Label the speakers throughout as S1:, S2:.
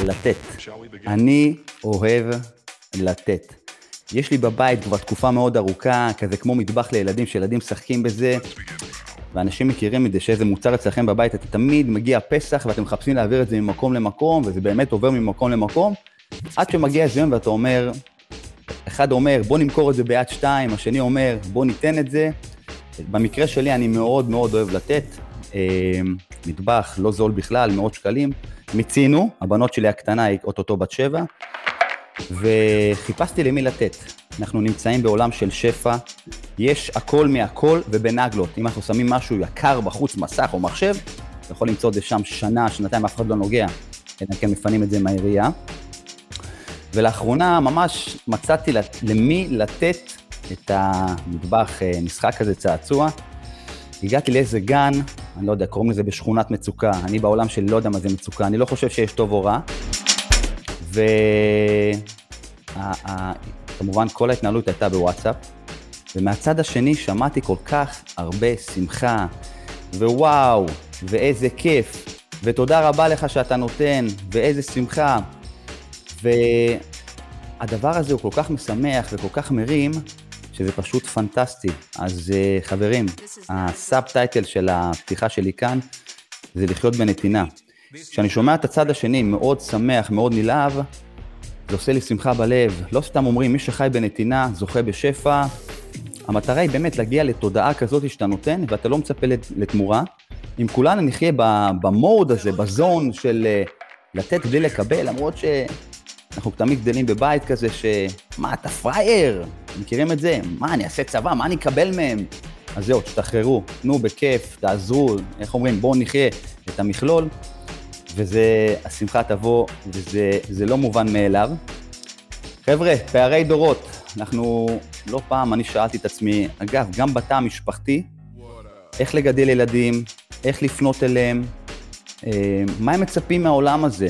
S1: לתת. אני אוהב לתת. יש לי בבית כבר תקופה מאוד ארוכה, כזה כמו מטבח לילדים, שילדים משחקים בזה, ואנשים מכירים את זה שאיזה מוצר אצלכם בבית, אתה תמיד מגיע פסח ואתם מחפשים להעביר את זה ממקום למקום, וזה באמת עובר ממקום למקום, עד שמגיע איזה יום ואתה אומר, אחד אומר בוא נמכור את זה ביד 2, השני אומר בוא ניתן את זה. במקרה שלי אני מאוד מאוד אוהב לתת, מטבח לא זול בכלל, מאות שקלים, מצינו, הבנות שלי הקטנה היא אוטוטו בת 7, וחיפשתי למי לתת. אנחנו נמצאים בעולם של שפע, יש הכל מהכל ובנגלות. אם אנחנו שמים משהו יקר בחוץ, מסך או מחשב, אתה יכול למצוא את זה שם שנה, שנתיים, אף אחד לא נוגע, אלא כן מפנים את זה מהעירייה. ולאחרונה ממש מצאתי למי לתת את המטבח, משחק כזה צעצוע. הגעתי לאיזה גן, אני לא יודע, קוראים לזה בשכונת מצוקה, אני בעולם שלי לא יודע מה זה מצוקה, אני לא חושב שיש טוב או רע, וכמובן כל ההתנהלות הייתה בוואטסאפ, ומהצד השני שמעתי כל כך הרבה שמחה, ווואו, ואיזה כיף, ותודה רבה לך שאתה נותן, ואיזה שמחה, והדבר הזה הוא כל כך משמח וכל כך מרים, שזה פשוט פנטסטי. אז חברים, הסאב טייטל של הפתיחה שלי כאן, זה לחיות בנתינה. כשאני שומע את הצד השני, מאוד שמח, מאוד נלהב, זה עושה לי שמחה בלב. לא סתם אומרים, מי שחי בנתינה, זוכה בשפע. המטרה היא באמת להגיע לתודעה כזאת שאתה נותן, ואתה לא מצפה לתמורה. אם כולנו נחיה במוד הזה, בזון של לתת בלי לקבל, למרות שאנחנו תמיד גדלים בבית כזה מה, אתה פרייר? מכירים את זה? מה, אני אעשה צבא? מה אני אקבל מהם? אז זהו, תשתחררו, תנו בכיף, תעזרו, איך אומרים, בואו נחיה את המכלול, וזה, השמחה תבוא, וזה לא מובן מאליו. חבר'ה, פערי דורות, אנחנו לא פעם, אני שאלתי את עצמי, אגב, גם בתא המשפחתי, איך לגדל ילדים, איך לפנות אליהם, מה הם מצפים מהעולם הזה?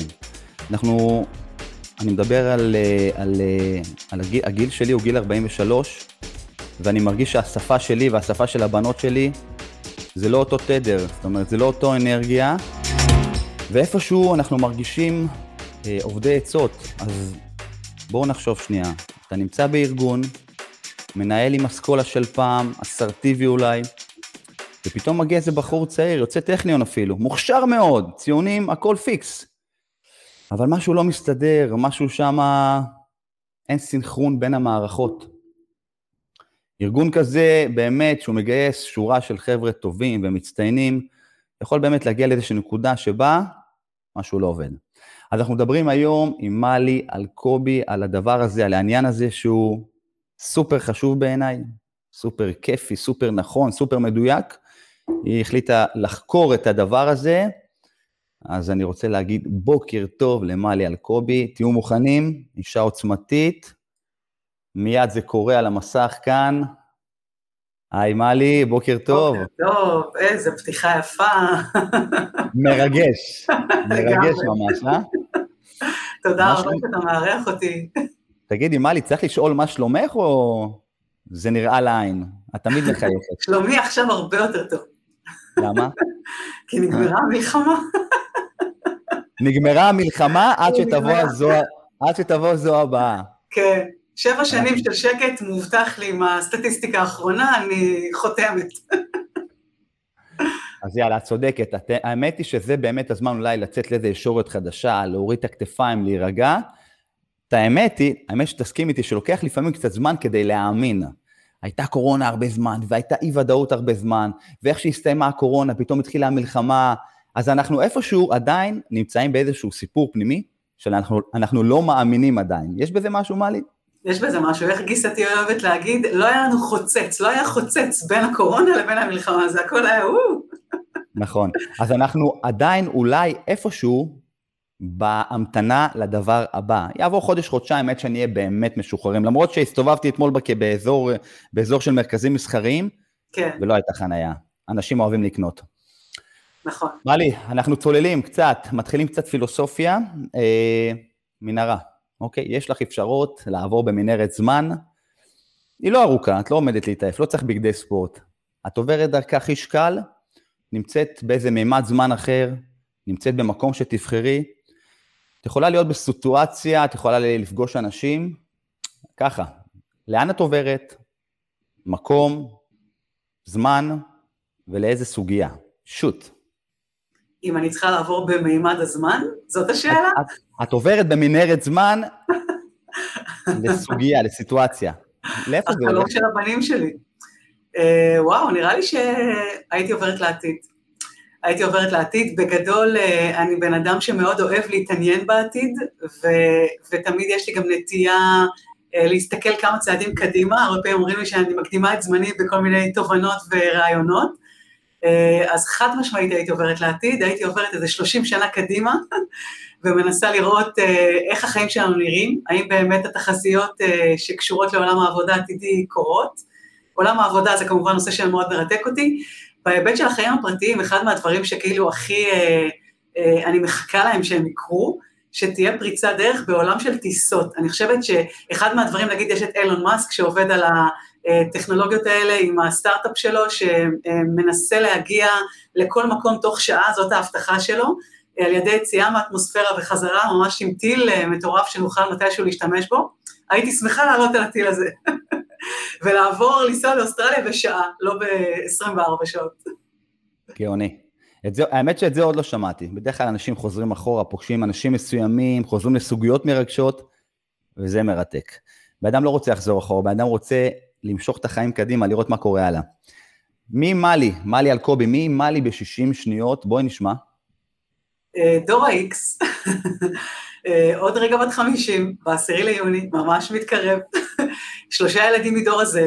S1: אני מדבר על הגיל שלי, הוא גיל 43, ואני מרגיש שהשפה שלי והשפה של הבנות שלי, זה לא אותו תדר, זאת אומרת, זה לא אותו אנרגיה, ואיפשהו אנחנו מרגישים עובדי עצות, אז בואו נחשוב שנייה. אתה נמצא בארגון, מנהל עם אסכולה של פעם, אסרטיבי אולי, ופתאום מגיע איזה בחור צעיר, יוצא טכניון אפילו, מוכשר מאוד, ציונים, הכל פיקס. אבל משהו לא מסתדר, משהו שם, אין סינכרון בין המערכות. ארגון כזה באמת שהוא מגייס שורה של חבר'ה טובים ומצטיינים, יכול באמת להגיע לאיזושהי נקודה שבה משהו לא עובד. אז אנחנו מדברים היום עם מלי אלקובי על הדבר הזה, על העניין הזה שהוא סופר חשוב בעיניי, סופר כיפי, סופר נכון, סופר מדויק. היא החליטה לחקור את הדבר הזה, אז אני רוצה להגיד בוקר טוב למלי אלקובי, תהיו מוכנים, אישה עוצמתית, מיד זה קורה על המסך כאן. היי מלי, בוקר טוב.
S2: בוקר טוב, איזה פתיחה יפה.
S1: מרגש, מרגש ממש, אה?
S2: תודה רבה שאתה מארח אותי.
S1: תגידי, מלי, צריך לשאול מה שלומך או זה נראה לעין? את תמיד מחייכת.
S2: שלומי עכשיו הרבה יותר טוב.
S1: למה?
S2: כי נגמרה המלחמה.
S1: נגמרה המלחמה עד שתבוא זו הבאה.
S2: כן, 7 שנים של שקט מובטח לי עם הסטטיסטיקה האחרונה, אני חותמת.
S1: אז יאללה, את צודקת. האמת היא שזה באמת הזמן אולי לצאת לאיזו ישורת חדשה, להוריד את הכתפיים, להירגע. האמת שתסכים איתי שלוקח לפעמים קצת זמן כדי להאמין. הייתה קורונה הרבה זמן, והייתה אי ודאות הרבה זמן, ואיך שהסתיימה הקורונה, פתאום התחילה המלחמה, אז אנחנו איפשהו עדיין נמצאים באיזשהו סיפור פנימי, שאנחנו לא מאמינים עדיין. יש בזה משהו, מלי?
S2: יש בזה משהו, איך גיסתי אוהבת להגיד, לא היה לנו חוצץ, לא היה חוצץ בין הקורונה לבין המלחמה, זה הכל היה
S1: נכון, אז אנחנו עדיין אולי איפשהו בהמתנה לדבר הבא. יעבור חודש-חודשיים, עד שנהיה באמת משוחררים, למרות שהסתובבתי אתמול באזור של מרכזים מסחריים,
S2: כן.
S1: ולא הייתה חנייה. אנשים אוהבים לקנות.
S2: נכון.
S1: מלי, אנחנו צוללים קצת, מתחילים קצת פילוסופיה, מנהרה, אוקיי? יש לך אפשרות לעבור במנהרת זמן, היא לא ארוכה, את לא עומדת להתעף, לא צריך בגדי ספורט. את עוברת דרכה הכי שקל, נמצאת באיזה מימד זמן אחר, נמצאת במקום שתבחרי, את יכולה להיות בסיטואציה, את יכולה לפגוש אנשים, ככה, לאן את עוברת, מקום, זמן, ולאיזה סוגיה, שוט.
S2: אם אני צריכה לעבור במימד הזמן, זאת השאלה?
S1: את עוברת במנהרת זמן, לסוגיה, לסיטואציה. לאיפה זה הולך?
S2: החלום של הבנים שלי. וואו, נראה לי שהייתי עוברת לעתיד. הייתי עוברת לעתיד, בגדול אני בן אדם שמאוד אוהב להתעניין בעתיד, ותמיד יש לי גם נטייה להסתכל כמה צעדים קדימה, הרבה פעמים אומרים לי שאני מקדימה את זמני בכל מיני תובנות ורעיונות, אז חד משמעית הייתי עוברת לעתיד, הייתי עוברת איזה 30 שנה קדימה, ומנסה לראות איך החיים שלנו נראים, האם באמת התחזיות שקשורות לעולם העבודה העתידי קורות, עולם העבודה זה כמובן נושא שמאוד מרתק אותי, בהיבט של החיים הפרטיים, אחד מהדברים שכאילו הכי, אני מחכה להם שהם יקרו, שתהיה פריצה דרך בעולם של טיסות. אני חושבת שאחד מהדברים, נגיד, יש את אילון מאסק, שעובד על הטכנולוגיות האלה עם הסטארט-אפ שלו, שמנסה להגיע לכל מקום תוך שעה, זאת ההבטחה שלו, על ידי יציאה מהאטמוספירה וחזרה, ממש עם טיל מטורף שנוכל מתישהו להשתמש בו. הייתי שמחה לעלות על הטיל הזה. ולעבור, לנסוע לאוסטרליה בשעה, לא ב-24 שעות.
S1: גאוני. האמת שאת זה עוד לא שמעתי. בדרך כלל אנשים חוזרים אחורה, פוגשים אנשים מסוימים, חוזרים לסוגיות מרגשות, וזה מרתק. באדם לא רוצה לחזור אחורה, באדם רוצה למשוך את החיים קדימה, לראות מה קורה הלאה. מי מלי אלקובי, מי מלי ב-60 שניות? בואי נשמע.
S2: דור ה-X, עוד רגע בת 50, ב10 ליוני, ממש מתקרב, 3 ילדים מדור ה-Z,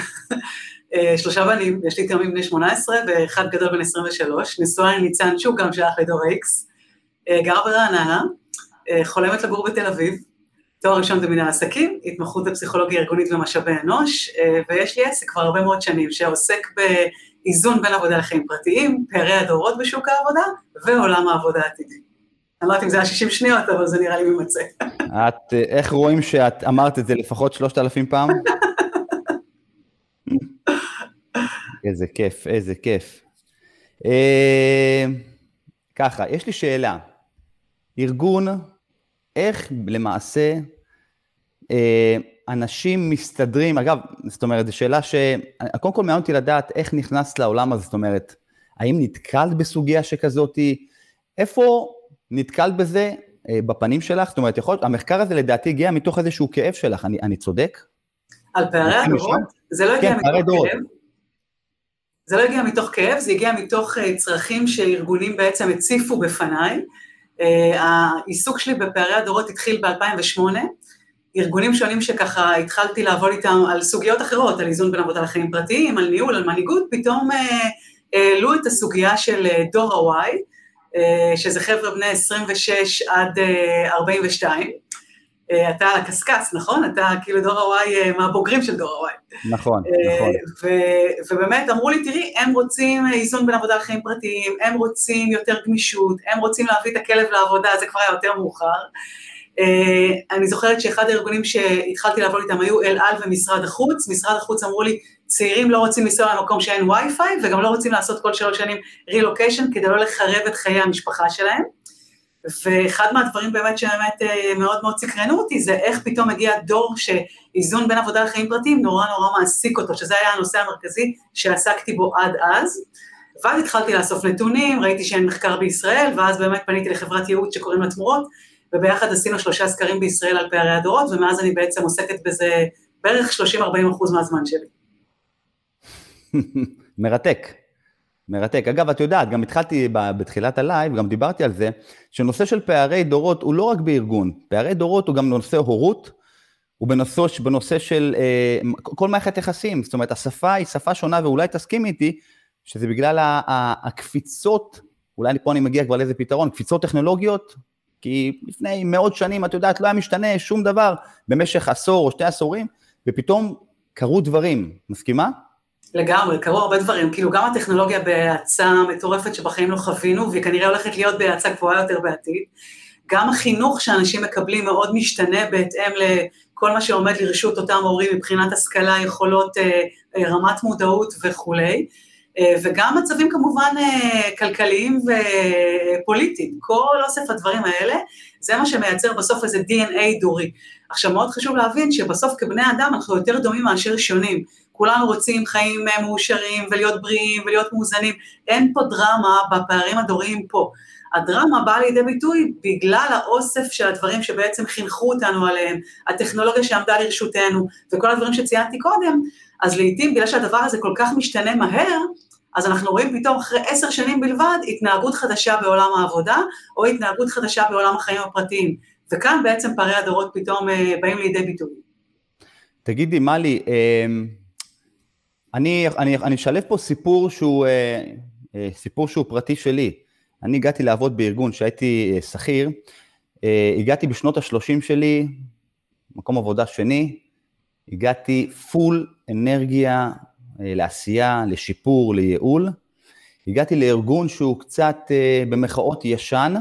S2: 3 בנים, יש לי תאומים בני 18 ואחד גדול בן 23, נשואה עם ניצן שהוא גם שייך לדור ה-X, גרה ברעננה, חולמת לגור בתל אביב, תואר ראשון במנהל עסקים, התמחות בפסיכולוגיה ארגונית ומשאבי אנוש, ויש לי עסק כבר הרבה מאוד שנים שעוסק באיזון בין עבודה לחיים פרטיים, פערי הדורות בשוק העבודה ועולם העבודה העתידי. אני לא יודעת אם זה היה 60 שניות, אבל זה נראה לי ממצא.
S1: איך רואים שאת אמרת את זה לפחות 3,000 פעם? איזה כיף, איזה כיף. ככה, יש לי שאלה. ארגון, איך למעשה אנשים מסתדרים, אגב, זאת אומרת, זו שאלה קודם כל מעניין אותי לדעת איך נכנס לעולם הזה, זאת אומרת, האם נתקלת בסוגיה שכזאת, איפה נתקלת בזה בפנים שלך, זאת אומרת, המחקר הזה לדעתי הגיע מתוך איזשהו כאב שלך, אני צודק?
S2: על פערי הדורות? זה לא הגיע מתוך כאב. זה לא הגיע מתוך כאב, זה הגיע מתוך צרכים שארגונים בעצם הציפו בפניי. העיסוק שלי בפערי הדורות התחיל ב-2008, ארגונים שונים שככה התחלתי לעבוד איתם על סוגיות אחרות, על איזון בין עבודה לחיים פרטיים, על ניהול, על מנהיגות, פתאום העלו את הסוגיה של דור ה-Y, שזה חבר'ה בני 26 עד 42, אתה על הקסקס, נכון? אתה כאילו דור ה-Y, מהבוגרים של דור ה-Y.
S1: נכון, נכון.
S2: ובאמת אמרו לי, תראי, הם רוצים איזון בין עבודה לחיים פרטיים, הם רוצים יותר גמישות, הם רוצים להביא את הכלב לעבודה, זה כבר היה יותר מאוחר. אני זוכרת שאחד הארגונים שהתחלתי לעבוד איתם היו אל על ומשרד החוץ, משרד החוץ אמרו לי, צעירים לא רוצים לנסוע למקום שאין וי-פיי, וגם לא רוצים לעשות כל 3 שנים רילוקיישן, כדי לא לחרב את חיי המשפחה שלהם, ואחד מהדברים באמת שבאמת מאוד מאוד סקרנו אותי, זה איך פתאום הגיע דור שאיזון בין עבודה לחיים פרטיים נורא נורא מעסיק אותו, שזה היה הנושא המרכזי שעסקתי בו עד אז, ואז התחלתי לאסוף נתונים, ראיתי שאין מחקר בישראל, ואז באמת פניתי לחברת ייעוץ שקוראים לה תמורות, וביחד עשינו 3 סקרים בישראל על פערי הדורות, ומאז אני בעצם עוסקת בזה בערך 30-40% מהזמן שלי.
S1: מרתק. מרתק. אגב, את יודעת, גם התחלתי בתחילת הלייב, גם דיברתי על זה, שנושא של פערי דורות הוא לא רק בארגון, פערי דורות הוא גם נושא הורות, הוא בנושא של כל מערכת יחסים, זאת אומרת, השפה היא שפה שונה, ואולי תסכים איתי, שזה בגלל הקפיצות, אולי פה אני מגיע כבר לאיזה פתרון, קפיצות טכנולוגיות, כי לפני מאות שנים, את יודעת, לא היה משתנה שום דבר, במשך עשור או 2 עשורים, ופתאום קרו דברים, מסכימה?
S2: לגמרי, קרו הרבה דברים, כאילו גם הטכנולוגיה בהאצה מטורפת שבחיים לא חווינו, וכנראה הולכת להיות בהאצה גבוהה יותר בעתיד, גם החינוך שאנשים מקבלים מאוד משתנה בהתאם לכל מה שעומד לרשות אותם הורים מבחינת השכלה, יכולות, רמת מודעות וכולי, וגם מצבים כמובן כלכליים ופוליטיים, כל אוסף הדברים האלה, זה מה שמייצר בסוף איזה DNA דורי. עכשיו מאוד חשוב להבין שבסוף כבני אדם אנחנו יותר דומים מאשר שונים, כולנו רוצים חיים מאושרים ולהיות בריאים ולהיות מאוזנים, אין פה דרמה בפערים הדוריים פה, הדרמה באה לידי ביטוי בגלל האוסף של הדברים שבעצם חינכו אותנו עליהם, הטכנולוגיה שעמדה לרשותנו וכל הדברים שציינתי קודם, אז לעתים בגלל שהדבר הזה כל כך משתנה מהר, אז אנחנו רואים פתאום אחרי 10 שנים בלבד התנהגות חדשה בעולם העבודה, או התנהגות חדשה בעולם החיים הפרטיים, וכאן בעצם פערי הדורות פתאום באים לידי ביטוי.
S1: תגידי, מלי, אני אשלב פה סיפור שהוא פרטי שלי. אני הגעתי לעבוד בארגון שהייתי שכיר, הגעתי בשנות ה-30 שלי, מקום עבודה שני, הגעתי פול אנרגיה לעשייה, לשיפור, לייעול, הגעתי לארגון שהוא קצת במחאות ישן,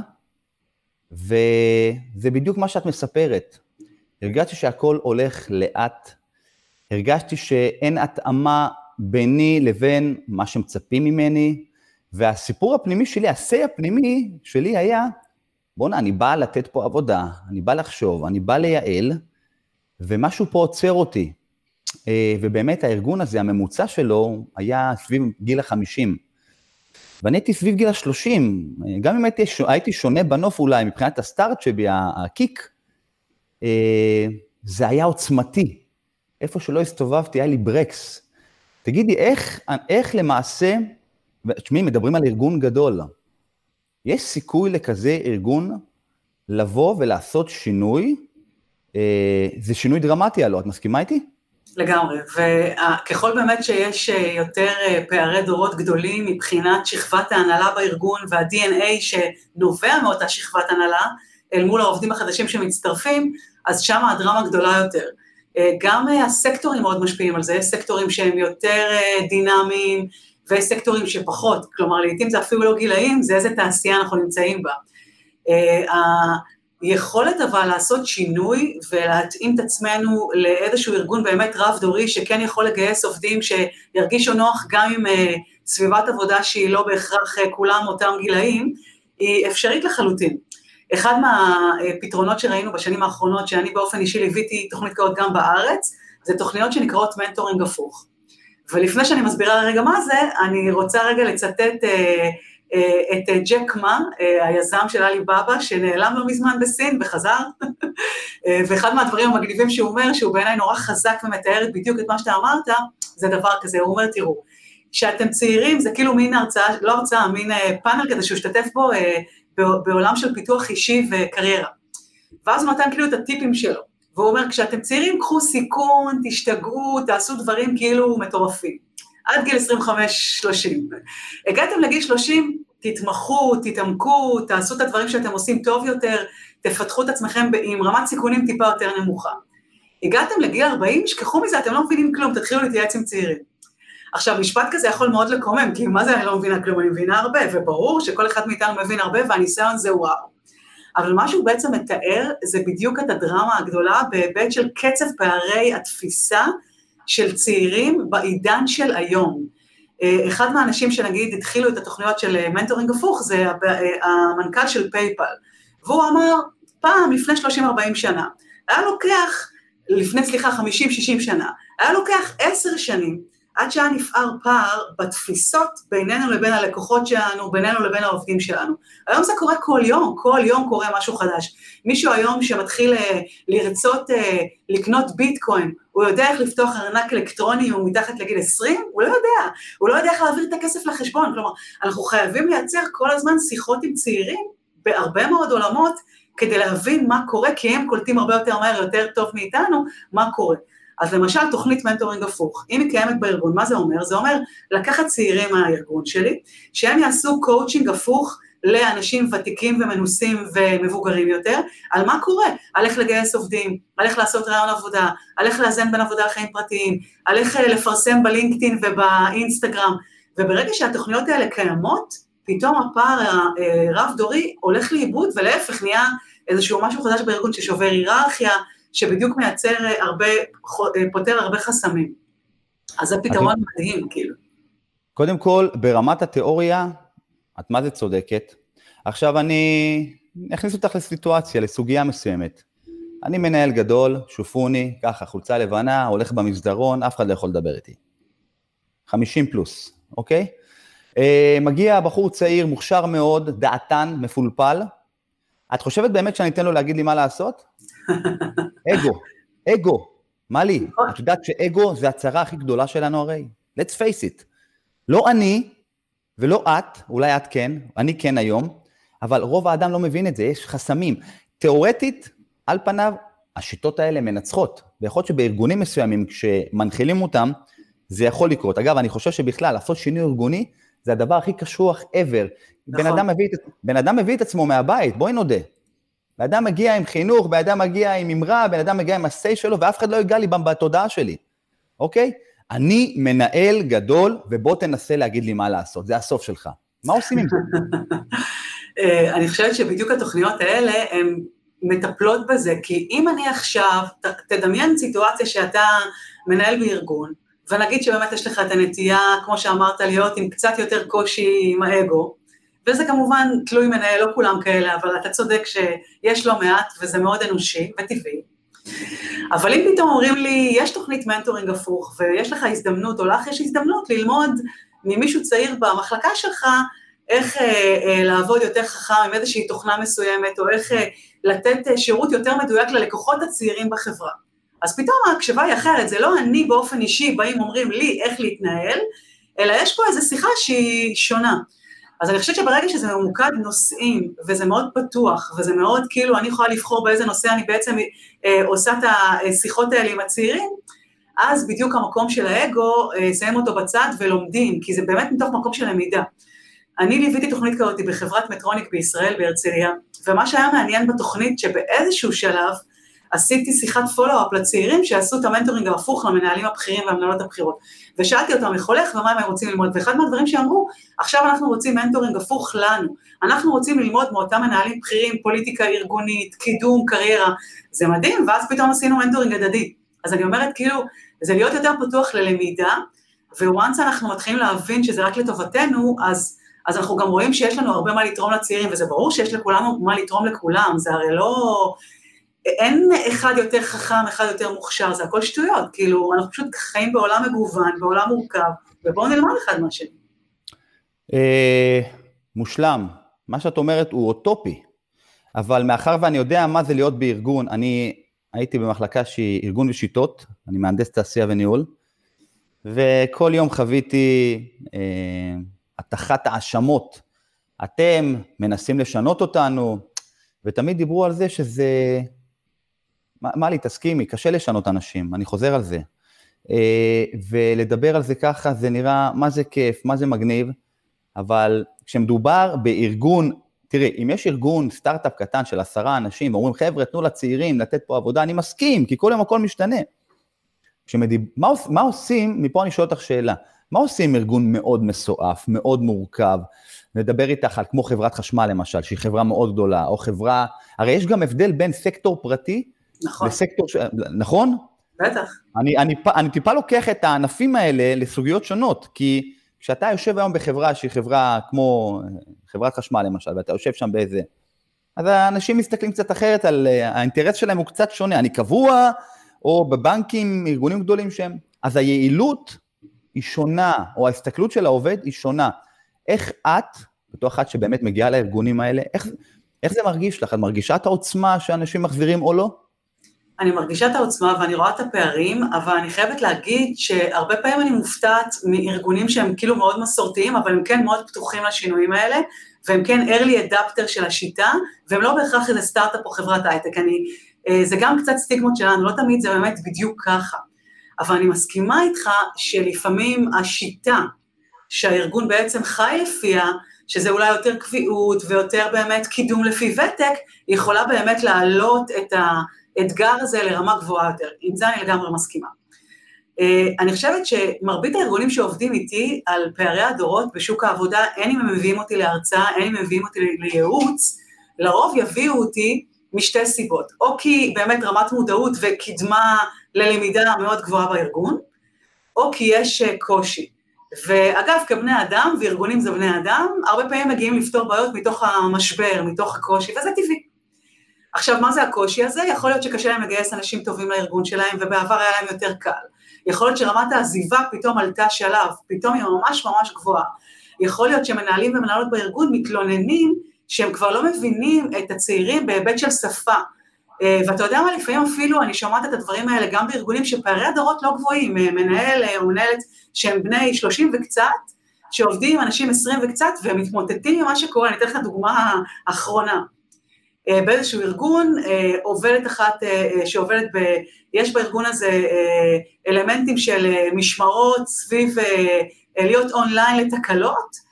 S1: וזה בדיוק מה שאת מספרת. הרגשתי שהכל הולך לאט, הרגשתי שאין התאמה ביני לבין מה שמצפים ממני, והסיפור הפנימי שלי, הסי הפנימי שלי היה, בוא'נה, אני בא לתת פה עבודה, אני בא לחשוב, אני בא לייעל, ומשהו פה עוצר אותי. ובאמת הארגון הזה, הממוצע שלו, היה סביב גיל ה-50. ואני הייתי סביב גיל ה-30, גם אם הייתי שונה בנוף אולי, מבחינת הסטארט שבי, הקיק, זה היה עוצמתי. איפה שלא הסתובבתי, היה לי ברקס. תגידי, איך למעשה, תשמעי, מדברים על ארגון גדול, יש סיכוי לכזה ארגון לבוא ולעשות שינוי, זה שינוי דרמטי עלו, את מסכימה איתי?
S2: לגמרי, וככל באמת שיש יותר פערי דורות גדולים מבחינת שכבת ההנהלה בארגון וה-DNA שנובע מאותה שכבת הנהלה, אל מול העובדים החדשים שמצטרפים, אז שם הדרמה גדולה יותר. גם הסקטורים מאוד משפיעים על זה, יש סקטורים שהם יותר דינמיים, ויש סקטורים שפחות, כלומר לעתים זה אפילו לא גילאים, זה איזה תעשייה אנחנו נמצאים בה. היכולת אבל לעשות שינוי ולהתאים את עצמנו לאיזשהו ארגון באמת רב דורי, שכן יכול לגייס עובדים שירגישו נוח גם עם סביבת עבודה שהיא לא בהכרח כולם אותם גילאים, היא אפשרית לחלוטין. אחד מהפתרונות שראינו בשנים האחרונות, שאני באופן אישי ליוויתי תוכנית כזאת גם בארץ, זה תוכניות שנקראות מנטורינג הפוך. ולפני שאני מסבירה רגע מה זה, אני רוצה רגע לצטט את ג'ק מה, היזם של אליבאבא, שנעלם לא מזמן בסין וחזר, ואחד מהדברים המגניבים שהוא אומר, שהוא בעיניי נורא חזק ומתאר בדיוק את מה שאתה אמרת, זה דבר כזה, הוא אומר, תראו, שאתם צעירים, זה כאילו מין הרצאה, לא הרצאה, מין פאנל כזה שהוא השתתף בו, בעולם של פיתוח אישי וקריירה. ואז הוא נתן כאילו את הטיפים שלו, והוא אומר, כשאתם צעירים, קחו סיכון, תשתגעו, תעשו דברים כאילו מטורפים. עד גיל 25-30. הגעתם לגיל 30, תתמחו, תתעמקו, תעשו את הדברים שאתם עושים טוב יותר, תפתחו את עצמכם עם רמת סיכונים טיפה יותר נמוכה. הגעתם לגיל 40, שכחו מזה, אתם לא מבינים כלום, תתחילו להתייעץ עם צעירים. עכשיו, משפט כזה יכול מאוד לקומם, כי מה זה אני לא מבינה כלום, אני מבינה הרבה, וברור שכל אחד מאיתנו מבין הרבה, והניסיון זה וואו. אבל מה שהוא בעצם מתאר, זה בדיוק את הדרמה הגדולה, בהיבט של קצב פערי התפיסה, של צעירים בעידן של היום. אחד מהאנשים שנגיד התחילו את התוכניות של מנטורינג הפוך, זה המנכ"ל של פייפל, והוא אמר, פעם לפני 30-40 שנה, היה לוקח, לפני 50-60 שנה, היה לוקח 10 שנים, עד שהיה נפער פער בתפיסות בינינו לבין הלקוחות שלנו, בינינו לבין העובדים שלנו. היום זה קורה כל יום קורה משהו חדש. מישהו היום שמתחיל לרצות לקנות ביטקוין, הוא יודע איך לפתוח ארנק אלקטרוני, הוא מתחת לגיל 20? הוא לא יודע איך להעביר את הכסף לחשבון, כלומר, אנחנו חייבים לייצר כל הזמן שיחות עם צעירים, בהרבה מאוד עולמות, כדי להבין מה קורה, כי הם קולטים הרבה יותר מהר, יותר טוב מאיתנו, מה קורה. אז למשל, תוכנית מנטורינג הפוך, אם היא קיימת בארגון, מה זה אומר? זה אומר לקחת צעירים מהארגון שלי, שהם יעשו קואוצ'ינג הפוך לאנשים ותיקים ומנוסים ומבוגרים יותר, על מה קורה? על איך לגייס עובדים, על איך לעשות רעיון עבודה, על איך לאזן בין עבודה לחיים פרטיים, על איך לפרסם בלינקדאין ובאינסטגרם, וברגע שהתוכניות האלה קיימות, פתאום הפער הרב דורי הולך לאיבוד, ולהפך נהיה איזשהו משהו חדש בארגון ששובר היררכיה, שבדיוק מייצר פותר הרבה חסמים. אז זה פתרון מדהים, כאילו.
S1: קודם כל, ברמת התיאוריה, את מה זה צודקת? עכשיו הכניס אותך לסיטואציה, לסוגיה מסוימת. אני מנהל גדול, שופוני, ככה, חולצה לבנה, הולך במסדרון, אף אחד לא יכול לדבר איתי. 50 פלוס, אוקיי? מגיע בחור צעיר, מוכשר מאוד, דעתן, מפולפל. את חושבת באמת שאני אתן לו להגיד לי מה לעשות? אגו. מה לי? את יודעת שאגו זה הצרה הכי גדולה שלנו הרי? Let's face it. לא אני ולא את, אולי את כן, אני כן היום, אבל רוב האדם לא מבין את זה, יש חסמים. תיאורטית, על פניו, השיטות האלה מנצחות, ויכול להיות שבארגונים מסוימים, כשמנחילים אותם, זה יכול לקרות. אגב, אני חושב שבכלל, לעשות שינוי ארגוני, זה הדבר הכי קשוח ever. נכון. בן אדם מביא את עצמו מהבית, בואי נודה. בן אדם מגיע עם חינוך, בן אדם מגיע עם אמרה, בן אדם מגיע עם הסי שלו, ואף אחד לא יגע לי בתודעה שלי. אוקיי? אני מנהל גדול, ובוא תנסה להגיד לי מה לעשות. זה הסוף שלך. מה עושים עם זה?
S2: אני חושבת שבדיוק התוכניות האלה, הן מטפלות בזה, כי אם אני עכשיו, תדמיין סיטואציה שאתה מנהל בארגון, ונגיד שבאמת יש לך את הנטייה, כמו שאמרת, להיות עם קצת יותר קושי עם האגו, וזה כמובן תלוי מנהל, לא כולם כאלה, אבל אתה צודק שיש לא מעט, וזה מאוד אנושי וטבעי. אבל אם פתאום אומרים לי, יש תוכנית מנטורינג הפוך, ויש לך הזדמנות, או לך יש הזדמנות ללמוד ממישהו צעיר במחלקה שלך, איך לעבוד יותר חכם עם איזושהי תוכנה מסוימת, או איך לתת שירות יותר מדויק ללקוחות הצעירים בחברה. אז פתאום ההקשבה היא אחרת, זה לא אני באופן אישי, באים אומרים לי איך להתנהל, אלא יש פה איזו שיחה שהיא שונה. אז אני חושבת שברגע שזה ממוקד נושאים, וזה מאוד פתוח, וזה מאוד כאילו אני יכולה לבחור באיזה נושא אני בעצם עושה את השיחות האלה עם הצעירים, אז בדיוק המקום של האגו, שמים אותו בצד ולומדים, כי זה באמת מתוך מקום של למידה. אני ליוויתי תוכנית כזאת בחברת מטרוניק בישראל, בהרצליה, ומה שהיה מעניין בתוכנית שבאיזשהו שלב, עשיתי שיחת פולו-אפ לצעירים שעשו את המנטורינג ההפוך למנהלים הבכירים והמנהלות הבכירות, ושאלתי אותם איך הולך ומה הם רוצים ללמוד, ואחד מהדברים שאמרו, עכשיו אנחנו רוצים מנטורינג הפוך לנו, אנחנו רוצים ללמוד מאותם מנהלים בכירים, פוליטיקה ארגונית, קידום, קריירה, זה מדהים, ואז פתאום עשינו מנטורינג הדדי, אז אני אומרת כאילו, זה להיות יותר פתוח ללמידה, וואנס אנחנו מתחילים להבין שזה רק לטובתנו, אז אנחנו גם רואים שיש לנו הרבה מה לתרום לצעירים, וזה ברור שיש לכולנו מה לתרום לכולם, זה הרי לא, אין אחד יותר חכם, אחד יותר מוכשר, זה הכל שטויות, כאילו, אנחנו פשוט חיים בעולם מגוון, בעולם מורכב, ובואו נלמד אחד מהשני.
S1: מושלם, מה שאת אומרת הוא אוטופי, אבל מאחר ואני יודע מה זה להיות בארגון, אני הייתי במחלקה שהיא ארגון ושיטות, אני מהנדס תעשייה וניהול, וכל יום חוויתי התחת האשמות, אתם מנסים לשנות אותנו, ותמיד דיברו על זה שזה, מה לי, תסכימי, קשה לשנות אנשים, אני חוזר על זה, ולדבר על זה ככה, זה נראה מה זה כיף, מה זה מגניב, אבל כשמדובר בארגון, תראי, אם יש ארגון סטארט-אפ קטן של 10 אנשים, אומרים חבר'ה, תנו לצעירים לתת פה עבודה, אני מסכים, כי כל יום הכל משתנה. מה עושים, מפה אני שואל אותך שאלה, מה עושים ארגון מאוד מסועף, מאוד מורכב, נדבר איתך על כמו חברת חשמל למשל, שהיא חברה מאוד גדולה, או חברה, הרי יש גם הבדל בין סקטור פרטי,
S2: נכון.
S1: לסקטור, נכון?
S2: בטח.
S1: אני טיפה לוקח את הענפים האלה לסוגיות שונות, כי כשאתה יושב היום בחברה שהיא חברה כמו חברת חשמל למשל, ואתה יושב שם באיזה, אז האנשים מסתכלים קצת אחרת על, האינטרס שלהם הוא קצת שונה, אני קבוע, או בבנקים, ארגונים גדולים שהם, אז היעילות היא שונה, או ההסתכלות של העובד היא שונה. איך את, בתור אחת שבאמת מגיעה לארגונים האלה, איך זה מרגיש לך? את מרגישה את העוצמה שאנשים מחזירים או לא?
S2: אני מרגישה את העוצמה ואני רואה את הפערים, אבל אני חייבת להגיד שהרבה פעמים אני מופתעת מארגונים שהם כאילו מאוד מסורתיים, אבל הם כן מאוד פתוחים לשינויים האלה, והם כן early adapter של השיטה, והם לא בהכרח איזה סטארט-אפ או חברת הייטק, זה גם קצת סטיגמות שלנו, לא תמיד זה באמת בדיוק ככה, אבל אני מסכימה איתך שלפעמים השיטה שהארגון בעצם חי לפיה, שזה אולי יותר קביעות ויותר באמת קידום לפי ותק, יכולה באמת להעלות את האתגר הזה לרמה גבוהה יותר, עם זה אני לגמרי מסכימה. אני חושבת שמרבית הארגונים שעובדים איתי על פערי הדורות בשוק העבודה, אין אם הם מביאים אותי להרצאה, אין אם הם מביאים אותי לייעוץ, לרוב יביאו אותי משתי סיבות, או כי באמת רמת מודעות וקדמה ללמידה מאוד גבוהה בארגון, או כי יש קושי. ואגב, כבני אדם, וארגונים זה בני אדם, הרבה פעמים מגיעים לפתור בעיות מתוך המשבר, מתוך הקושי, וזה טבעי. עכשיו, מה זה הקושי הזה? יכול להיות שקשה להם לגייס אנשים טובים לארגון שלהם, ובעבר היה להם יותר קל. יכול להיות שרמת העזיבה פתאום עלתה שלב, פתאום היא ממש ממש גבוהה. יכול להיות שמנהלים ומנהלות בארגון מתלוננים, שהם כבר לא מבינים את הצעירים בהיבט של שפה. ואתה יודע מה, לפעמים אפילו אני שומעת את הדברים האלה גם בארגונים שפערי הדורות לא גבוהים, מנהל או מנהלת שהם בני 30 וקצת, שעובדים עם אנשים 20 וקצת, והם מתמוטטים ממה שקורה. אני אתן לך דוגמה האחרונה. באיזשהו ארגון, עובדת אחת שעובדת יש בארגון הזה אלמנטים של משמרות סביב להיות אונליין לתקלות,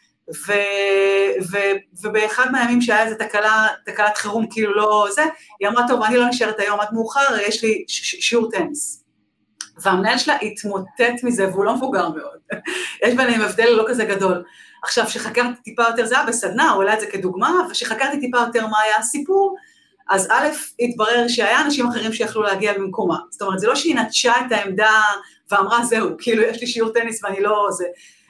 S2: ובאחד מהימים שהיה איזו תקלת חירום כאילו לא זה, היא אמרה, טוב, אני לא נשארת היום עד מאוחר, יש לי שיעור טניס. והמנהל שלה התמוטט מזה, והוא לא מבוגר מאוד. יש ביניהם הבדל לא כזה גדול. עכשיו, שחקרתי טיפה יותר, זה היה בסדנה, הוא העלה את זה כדוגמה, ושחקרתי טיפה יותר מה היה הסיפור, אז א', התברר שהיה אנשים אחרים שיכלו להגיע במקומה. זאת אומרת, זה לא שהיא נטשה את העמדה ואמרה, זהו, כאילו יש לי שיעור טניס ואני לא זה.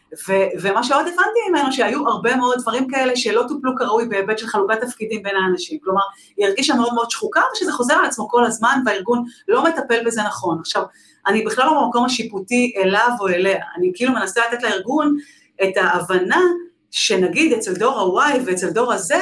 S2: ומה שעוד הבנתי ממנו, שהיו הרבה מאוד דברים כאלה שלא טופלו כראוי בהיבט של חלוקת תפקידים בין האנשים. כלומר, היא הרגישה מאוד מאוד שחוקה, ושזה חוזר על עצמו כל הזמן, והארגון לא מטפל בזה נכון. עכשיו, אני בכלל לא במקום השיפוטי אליו או אליה. אני כאילו מנסה לתת לארגון את ההבנה שנגיד אצל דור ה-Y ואצל דור ה-Z,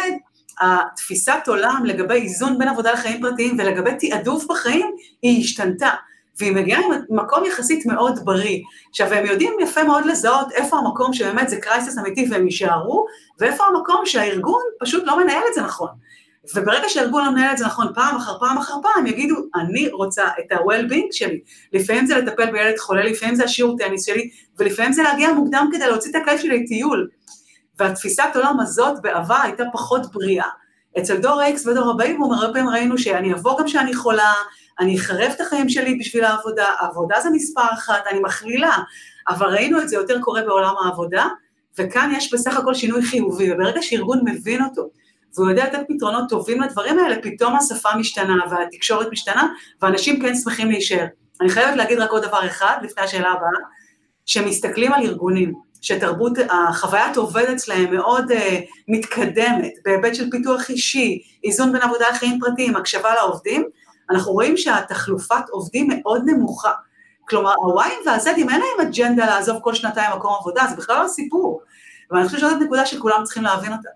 S2: התפיסת עולם לגבי איזון בין עבודה לחיים פרטיים ולגבי תעדוף בחיים, היא השתנתה. והיא מגיעה עם מקום יחסית מאוד בריא. עכשיו, הם יודעים יפה מאוד לזהות איפה המקום שבאמת זה קרייסס אמיתי והם יישארו, ואיפה המקום שהארגון פשוט לא מנהל את זה נכון. וברגע שהארגון לא מנהל את זה נכון פעם אחר פעם אחר פעם, יגידו, אני רוצה את ה-well-being שלי. לפעמים זה לטפל בילד חולה, לפעמים זה השיעור טניס שלי, ולפעמים זה להגיע מוקדם כדי להוציא את הקל שלי לטיול. והתפיסת עולם הזאת בעבר הייתה פחות בריאה. אצל דור X ודור הבאים, הרבה פעמים ראינו שאני אבוא גם שאני חולה, אני אחרב את החיים שלי בשביל העבודה, העבודה זה מספר אחת, אני מכלילה, אבל ראינו את זה יותר קורה בעולם העבודה, וכאן יש בסך הכל שינוי חיובי, וברגע שארגון מבין אותו, והוא יודע לתת פתרונות טובים לדברים האלה, פתאום השפה משתנה, והתקשורת משתנה, ואנשים כן שמחים להישאר. אני חייבת להגיד רק עוד דבר אחד, לפני השאלה הבאה, שמסתכלים על ארגונים, שתרבות, החוויית עובד אצלהם מאוד מתקדמת, בהיבט של פיתוח אישי, איזון בין עבודה לחיים פרטיים, הקשבה לעובדים, אנחנו רואים שהתחלופת עובדים מאוד נמוכה. כלומר, הוויים והזדים אין להם אג'נדה לעזוב כל שנתיים מקום עבודה, זה בכלל לא סיפור. ואני חושבת שזאת נקודה שכולם צריכים להבין אותה.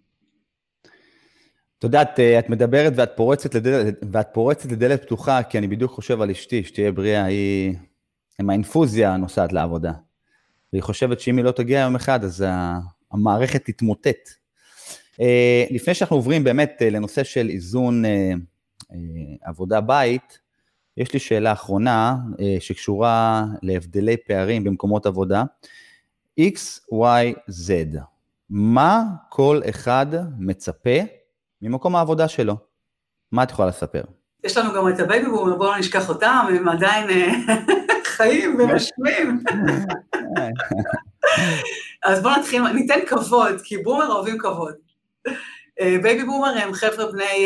S1: אתה יודע, את מדברת ואת פורצת לדלת פתוחה, כי אני בדיוק חושב על אשתי, שתהיה בריאה, היא עם האינפוזיה נוסעת לעבודה. והיא חושבת שאם היא לא תגיע יום אחד, אז המערכת תתמוטט. לפני שאנחנו עוברים באמת לנושא של איזון עבודה בית, יש לי שאלה אחרונה שקשורה להבדלי פערים במקומות עבודה. X, Y, Z. מה כל אחד מצפה ממקום העבודה שלו? מה את יכולה לספר? יש
S2: לנו גם את הבייבי בומר, בואו לא נשכח אותם, הם עדיין חיים ומשמים. אז בואו נתחיל, ניתן כבוד, כי בומר אוהבים כבוד. בייבי בומר הם חבר'ה בני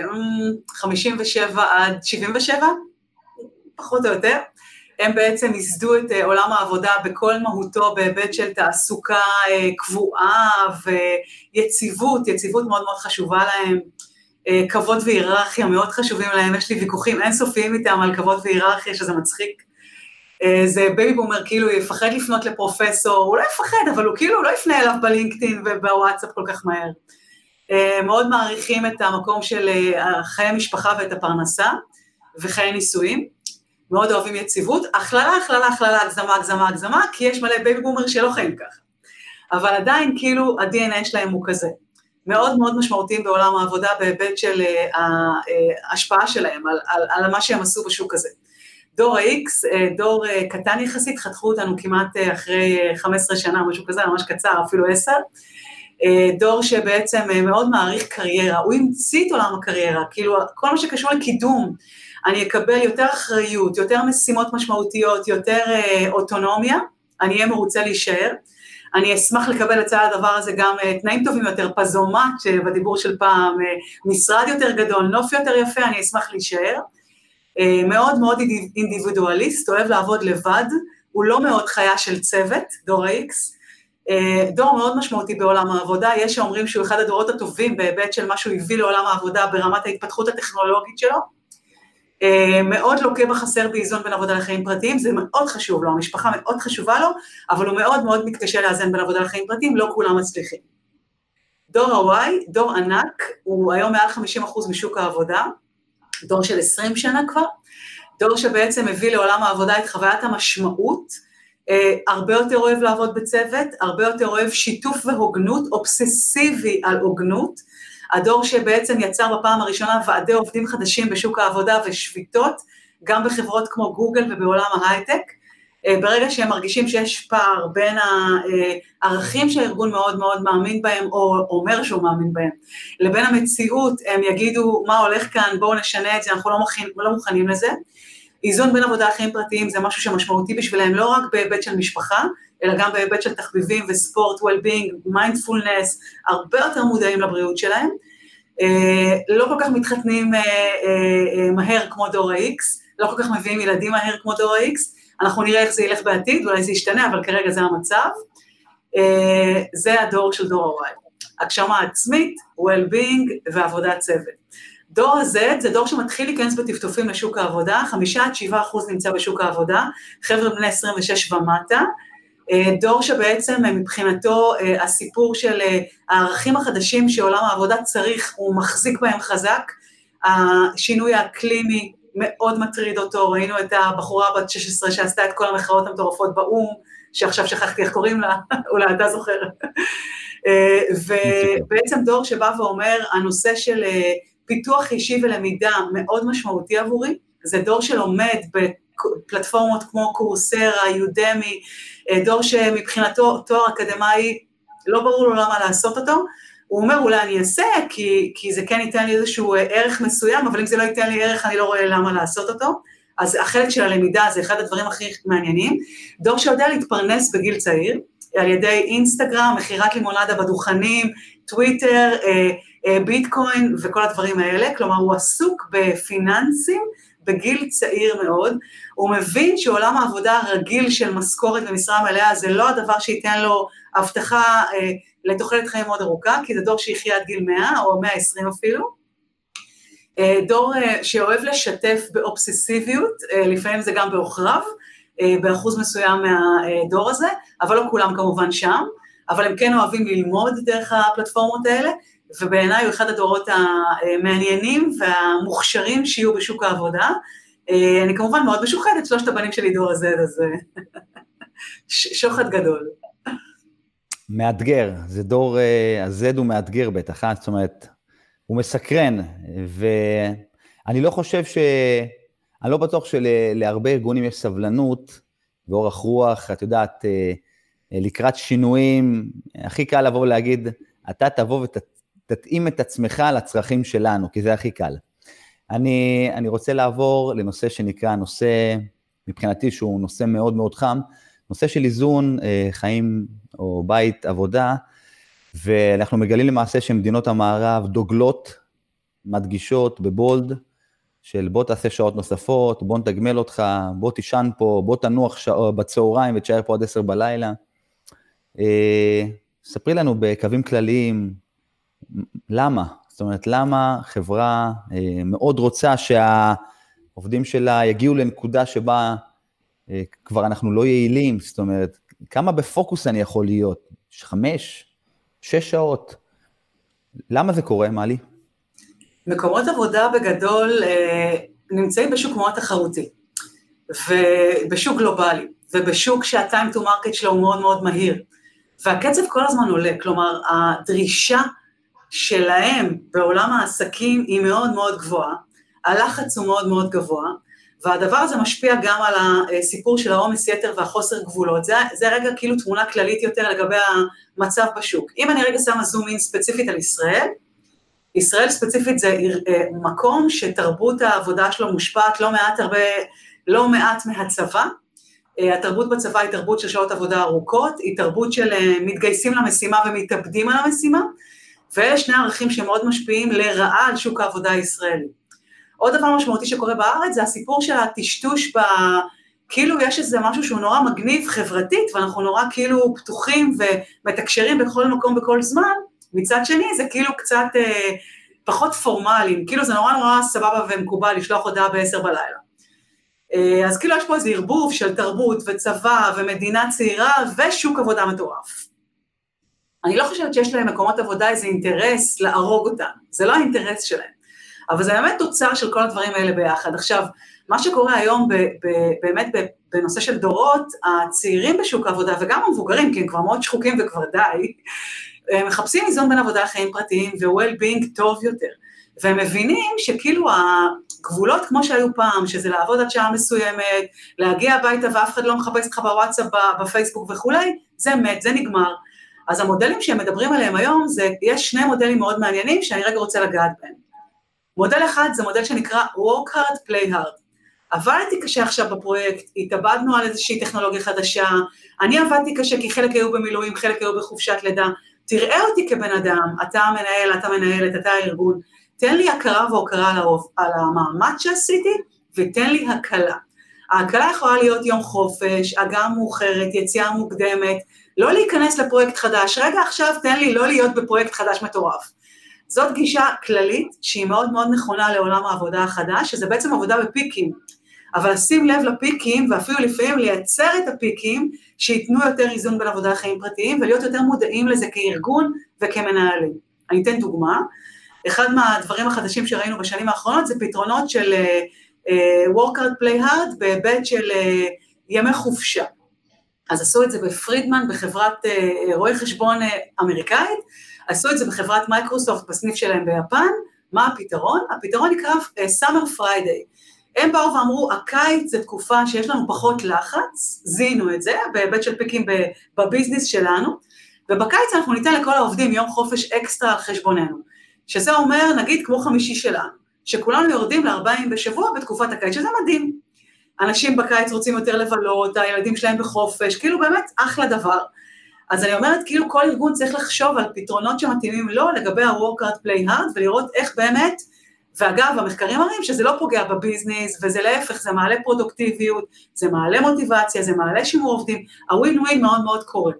S2: 57 עד 77, פחות או יותר. הם בעצם ייסדו את עולם העבודה בכל מהותו, בהיבט של תעסוקה קבועה ויציבות, יציבות מאוד מאוד חשובה להם, כבוד והיררכיה מאוד חשובים להם, יש לי ויכוחים אינסופיים איתם על כבוד והיררכיה, שזה מצחיק. זה בייבי בומר כאילו יפחד לפנות לפרופסור, הוא לא יפחד, אבל הוא כאילו לא יפנה אליו בלינקדאין ובוואטסאפ כל כך מהר. מאוד מעריכים את המקום של חיי המשפחה ואת הפרנסה, וחיי נישואים, מאוד אוהבים יציבות, הכללה, הגזמה, כי יש מלא בייבי בומר שלא חיים ככה. אבל עדיין כאילו ה-DNA שלהם הוא כזה. מאוד מאוד משמעותיים בעולם העבודה, בהיבט של ההשפעה שלהם, על מה שהם עשו בשוק הזה. דור ה-X, דור קטן יחסית, חתכו אותנו כמעט אחרי 15 שנה, משהו כזה, ממש קצר, אפילו 10, דור שבעצם מאוד מעריך קריירה, הוא המציא את עולם הקריירה, כאילו כל מה שקשור לקידום, אני אקבל יותר אחריות, יותר משימות משמעותיות, יותר אוטונומיה, אני אהיה מרוצה להישאר, אני אשמח לקבל לצד הדבר הזה גם תנאים טובים יותר, פזומט, שבדיבור של פעם, משרד יותר גדול, נוף יותר יפה, אני אשמח להישאר, מאוד מאוד אינדיבידואליסט, אוהב לעבוד לבד, הוא לא מאוד חיה של צוות, דור ה-X, דור מאוד משמעותי בעולם העבודה, יש שאומרים שהוא אחד הדורות הטובים בהיבט של מה שהוא הביא לעולם העבודה ברמת ההתפתחות הטכנולוגית שלו, מאוד לוקה בחסר באיזון בין עבודה לחיים פרטיים, זה מאוד חשוב לו, המשפחה מאוד חשובה לו, אבל הוא מאוד מאוד מתקשה לאזן בין עבודה לחיים פרטיים, לא כולם מצליחים. דור ה-Y, דור ענק, הוא היום מעל 50% משוק העבודה, דור של 20 שנה כבר, דור שבעצם הביא לעולם העבודה את חוויית המשמעות, הרבה יותר אוהב לעבוד בצוות, הרבה יותר אוהב שיתוף והוגנות, אובססיבי על הוגנות, הדור שבעצם יצר בפעם הראשונה ועדי עובדים חדשים בשוק העבודה ושביתות, גם בחברות כמו גוגל ובעולם ההייטק, ברגע שהם מרגישים שיש פער בין הערכים שהארגון מאוד מאוד מאמין בהם, או אומר שהוא מאמין בהם, לבין המציאות, הם יגידו מה הולך כאן, בואו נשנה את זה, אנחנו לא מוכנים לזה, איזון בין עבודה לחיים פרטיים זה משהו שמשמעותי בשבילהם, לא רק בהיבט של משפחה, אלא גם בהיבט של תחביבים וספורט, well-being, mindfulness, הרבה יותר מודעים לבריאות שלהם, לא כל כך מתחתנים מהר כמו דור ה-X, לא כל כך מביאים ילדים מהר כמו דור ה-X, אנחנו נראה איך זה ילך בעתיד, אולי זה ישתנה, אבל כרגע זה המצב, זה הדור של דור ה-Y, הגשמה עצמית, well-being ועבודת צוות. דור ה-Z זה דור שמתחיל להיכנס בטפטופים לשוק העבודה, 5-7% נמצא בשוק העבודה, חבר'ה בני 26 ומטה, דור שבעצם מבחינתו הסיפור של הערכים החדשים שעולם העבודה צריך, הוא מחזיק בהם חזק, השינוי האקלימי מאוד מטריד אותו, ראינו את הבחורה בת 16 שעשתה את כל המחאות המטורפות באום, שעכשיו שכחתי איך קוראים לה, אולי אתה זוכר, ובעצם דור שבא ואומר, הנושא של פיתוח אישי ולמידה מאוד משמעותי עבורי, זה דור שלומד בפלטפורמות כמו קורסרה, יודמי, דור שמבחינתו תואר אקדמאי, לא ברור לו למה לעשות אותו, הוא אומר אולי אני אעשה, כי זה כן ייתן לי איזשהו ערך מסוים, אבל אם זה לא ייתן לי ערך אני לא רואה למה לעשות אותו, אז החלק של הלמידה זה אחד הדברים הכי מעניינים, דור שיודע להתפרנס בגיל צעיר, על ידי אינסטגרם, מחירת לימונדה בדוכנים, טוויטר, ביטקוין וכל הדברים האלה, כלומר הוא עסוק בפיננסים בגיל צעיר מאוד, הוא מבין שעולם העבודה הרגיל של משכורת ומשרה מלאה, זה לא הדבר שייתן לו הבטחה לתוחלת חיים מאוד ארוכה, כי זה דור שיחיה עד גיל 100 או 120 אפילו, דור שאוהב לשתף באובססיביות, לפעמים זה גם באוכריו, באחוז מסוים מהדור הזה, אבל לא כולם כמובן שם, אבל הם כן אוהבים ללמוד דרך הפלטפורמות האלה, ובעיניי הוא אחד הדורות המעניינים והמוכשרים שיהיו בשוק העבודה. אני כמובן מאוד משוחדת, שלושת הבנים שלי דור הזה, אז שוחד גדול.
S1: מאתגר, זה דור, הזד הוא מאתגר בטח, זאת אומרת, הוא מסקרן, ואני לא חושב אני לא בטוח שלהרבה ארגונים יש סבלנות ואורך רוח, את יודעת, לקראת שינויים, הכי קל לבוא ולהגיד, אתה תבוא ותתאים את עצמך לצרכים שלנו, כי זה הכי קל. אני רוצה לעבור לנושא שנקרא, נושא, מבחינתי שהוא נושא מאוד מאוד חם, נושא של איזון חיים או בית עבודה, ואנחנו מגלים למעשה שמדינות המערב דוגלות, מדגישות בבולד, של בוא תעשה שעות נוספות, בוא נתגמל אותך, בוא תישן פה, בוא תנוח בצהריים ותשאר פה עד 10 בלילה. ספרי לנו בקווים כלליים, למה? זאת אומרת, למה חברה מאוד רוצה שהעובדים שלה יגיעו לנקודה שבה כבר אנחנו לא יעילים, זאת אומרת, כמה בפוקוס אני יכול להיות? 5, 6 שעות? למה זה קורה, מלי?
S2: מקומות עבודה בגדול נמצאים בשוק מאוד תחרותי, ובשוק גלובלי, ובשוק שה-time to market שלו הוא מאוד מאוד מהיר, והקצב כל הזמן עולה, כלומר, הדרישה שלהם בעולם העסקים היא מאוד מאוד גבוהה, הלחץ הוא מאוד מאוד גבוה, והדבר הזה משפיע גם על הסיפור של העומס יתר והחוסר גבולות, זה רגע כאילו תמונה כללית יותר לגבי המצב בשוק. אם אני רגע שמה זום אין ספציפית על ישראל, ישראל ספציפית זה מקום שתרבות העבודה שלו מושפעת לא מעט מהצבא, התרבות בצבא היא תרבות של שעות עבודה ארוכות, היא תרבות של מתגייסים למשימה ומתאבדים על המשימה, ואלה שני ערכים שמאוד משפיעים לרעה על שוק העבודה הישראלי. עוד דבר משמעותי שקורה בארץ זה הסיפור של הטשטוש כאילו יש איזה משהו שהוא נורא מגניב חברתית, ואנחנו נורא כאילו פתוחים ומתקשרים בכל מקום בכל זמן, מצד שני זה כאילו קצת פחות פורמליים, כאילו זה נורא נורא סבבה ומקובל לשלוח הודעה ב10 בלילה. אז כאילו יש פה איזה ערבוב של תרבות וצבא ומדינה צעירה ושוק עבודה מטורף. אני לא חושבת שיש להם מקומות עבודה איזה אינטרס להרוג אותם, זה לא האינטרס שלהם, אבל זה באמת תוצר של כל הדברים האלה ביחד. עכשיו, מה שקורה היום באמת בנושא של דורות, הצעירים בשוק העבודה וגם המבוגרים, כי הם כבר מאוד שחוקים וכבר די, מחפשים איזון בין עבודה לחיים פרטיים ו-well-being טוב יותר, והם מבינים שכאילו הגבולות כמו שהיו פעם, שזה לעבוד עד שעה מסוימת, להגיע הביתה ואף אחד לא מחפש לך בוואטסאפ, בפייסבוק וכולי, זה מת, זה נגמר. אז המודלים שהם מדברים עליהם היום, יש שני מודלים מאוד מעניינים שאני רגע רוצה לגעת בהם. מודל אחד זה מודל שנקרא work hard, play hard. עבדתי קשה עכשיו בפרויקט, התאבדנו על איזושהי טכנולוגיה חדשה, אני עבדתי קשה כי חלק היו במילואים, חלק היו בחופשת לידה, תראה אותי כבן אדם, אתה המנהל, אתה מנהלת, אתה הארגון, תן לי הכרה והוקרה על המאמץ שעשיתי, ותן לי הקלה. ההקלה יכולה להיות יום חופש, הגעה מאוחרת, יציאה מוקדמת, לא להיכנס לפרויקט חדש, רגע עכשיו תן לי לא להיות בפרויקט חדש מטורף. זאת גישה כללית שהיא מאוד מאוד נכונה לעולם העבודה החדש, שזה בעצם עבודה בפיקים, אבל לשים לב לפיקים, ואפילו לפעמים לייצר את הפיקים, שיתנו יותר איזון בין עבודה לחיים פרטיים, ולהיות יותר מודעים לזה כארגון וכמנהלים. אני אתן דוגמה, אחד מהדברים החדשים שראינו בשנים האחרונות, זה פתרונות של work hard, play hard, בהיבט של ימי חופשה. אז עשו את זה בפרידמן, בחברת רואי חשבון אמריקאית, עשו את זה בחברת מייקרוסופט בסניף שלהם ביפן. מה הפתרון? הפתרון נקרא Summer Friday. הם באו ואמרו, הקיץ זה תקופה שיש לנו פחות לחץ, זינו את זה, בהיבט של פיקים בביזנס שלנו, ובקיץ אנחנו ניתן לכל העובדים יום חופש אקסטרה על חשבוננו, שזה אומר, נגיד, כמו חמישי שלנו, שכולנו יורדים ל40 בשבוע בתקופת הקיץ, שזה מדהים. אנשים בקיץ רוצים יותר לבלות, הילדים שלהם בחופש, כאילו באמת אחלה דבר. אז אני אומרת, כאילו כל ארגון צריך לחשוב על פתרונות שמתאימים לו, לגבי ה-work hard, play hard, ולראות איך באמת, ואגב, המחקרים מראים שזה לא פוגע בביזנס, וזה להפך, זה מעלה פרודוקטיביות, זה מעלה מוטיבציה, זה מעלה שימור עובדים, הווין-ווין מאוד מאוד קורה.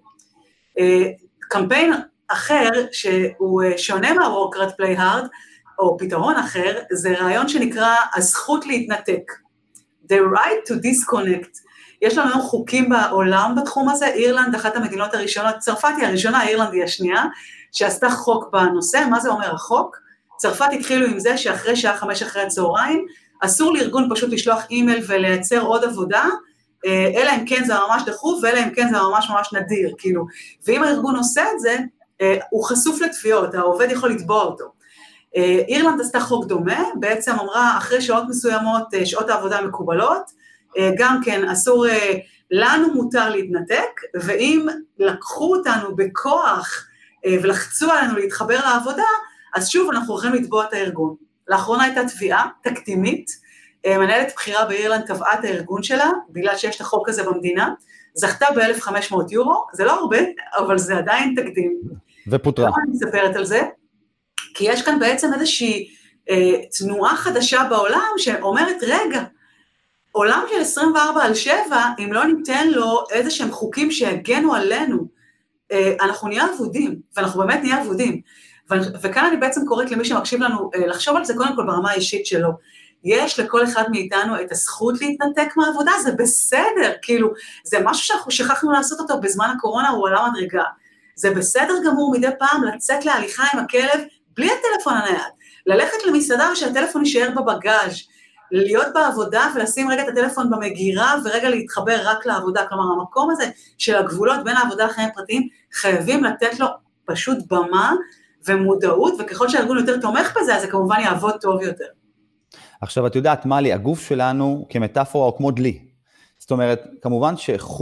S2: קמפיין אחר, שהוא שונה מה-work hard, play hard, או פתרון אחר, זה רעיון שנקרא הזכות להתנתק. The right to disconnect. יש לנו היום חוקים בעולם בתחום הזה, אירלנד, אחת המדינות הראשונות, צרפת היא הראשונה, אירלנד היא השנייה, שעשתה חוק בנושא. מה זה אומר החוק? צרפת התחילו עם זה שאחרי שעה 5 אחרי הצהריים, אסור לארגון פשוט לשלוח אימייל ולייצר עוד עבודה, אלא אם כן זה ממש דחוף, ואלא אם כן זה ממש ממש נדיר, כאילו. ואם הארגון עושה את זה, הוא חשוף לתביעות, העובד יכול לתבוע אותו. אירלנד עשתה חוק דומה, בעצם אמרה אחרי שעות מסוימות, שעות העבודה מקובלות, גם כן אסור, לנו מותר להתנתק, ואם לקחו אותנו בכוח ולחצו עלינו להתחבר לעבודה, אז שוב אנחנו הולכים לתבוע את הארגון. לאחרונה הייתה תביעה תקדימית, מנהלת בחירה באירלנד תבעה את הארגון שלה, בגלל שיש את החוק הזה במדינה, זכתה ב1,500 יורו, זה לא הרבה, אבל זה עדיין תקדים.
S1: ופוטרה.
S2: למה אני מספרת על זה? כי יש כאן בעצם איזושהי תנועה חדשה בעולם, שאומרת, רגע, עולם של 24/7, אם לא ניתן לו איזה שהם חוקים שיגנו עלינו, אנחנו נהיה עבודים, ואנחנו באמת נהיה עבודים. וכאן אני בעצם קוראת למי שמקשיב לנו, לחשוב על זה קודם כל ברמה האישית שלו. יש לכל אחד מאיתנו את הזכות להתנתק מהעבודה, זה בסדר, כאילו, זה משהו שאנחנו שכחנו לעשות אותו בזמן הקורונה, הוא עלה מדרגה. זה בסדר גמור מדי פעם לצאת להליכה עם הכלב, בלי הטלפון הנייד, ללכת למסעדה שהטלפון יישאר בבגאז', להיות בעבודה ולשים רגע את הטלפון במגירה, ורגע להתחבר רק לעבודה, כלומר, המקום הזה של הגבולות בין העבודה לחיים פרטיים, חייבים לתת לו פשוט במה ומודעות, וככל שהארגון יותר תומך בזה, אז זה כמובן יעבוד טוב יותר.
S1: עכשיו, את יודעת, מלי, הגוף שלנו כמטאפורה הוא כמו דלי. זאת אומרת, כמובן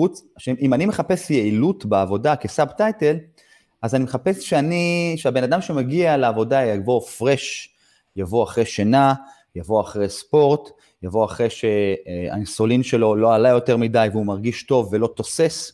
S1: אם אני מחפש יעילות בעבודה כסאב-טייטל, אז אני מחפש שהבן אדם שמגיע לעבודה יבוא פרש, יבוא אחרי שינה, יבוא אחרי ספורט, יבוא אחרי שהאינסולין שלו לא עלה יותר מדי, והוא מרגיש טוב ולא תוסס,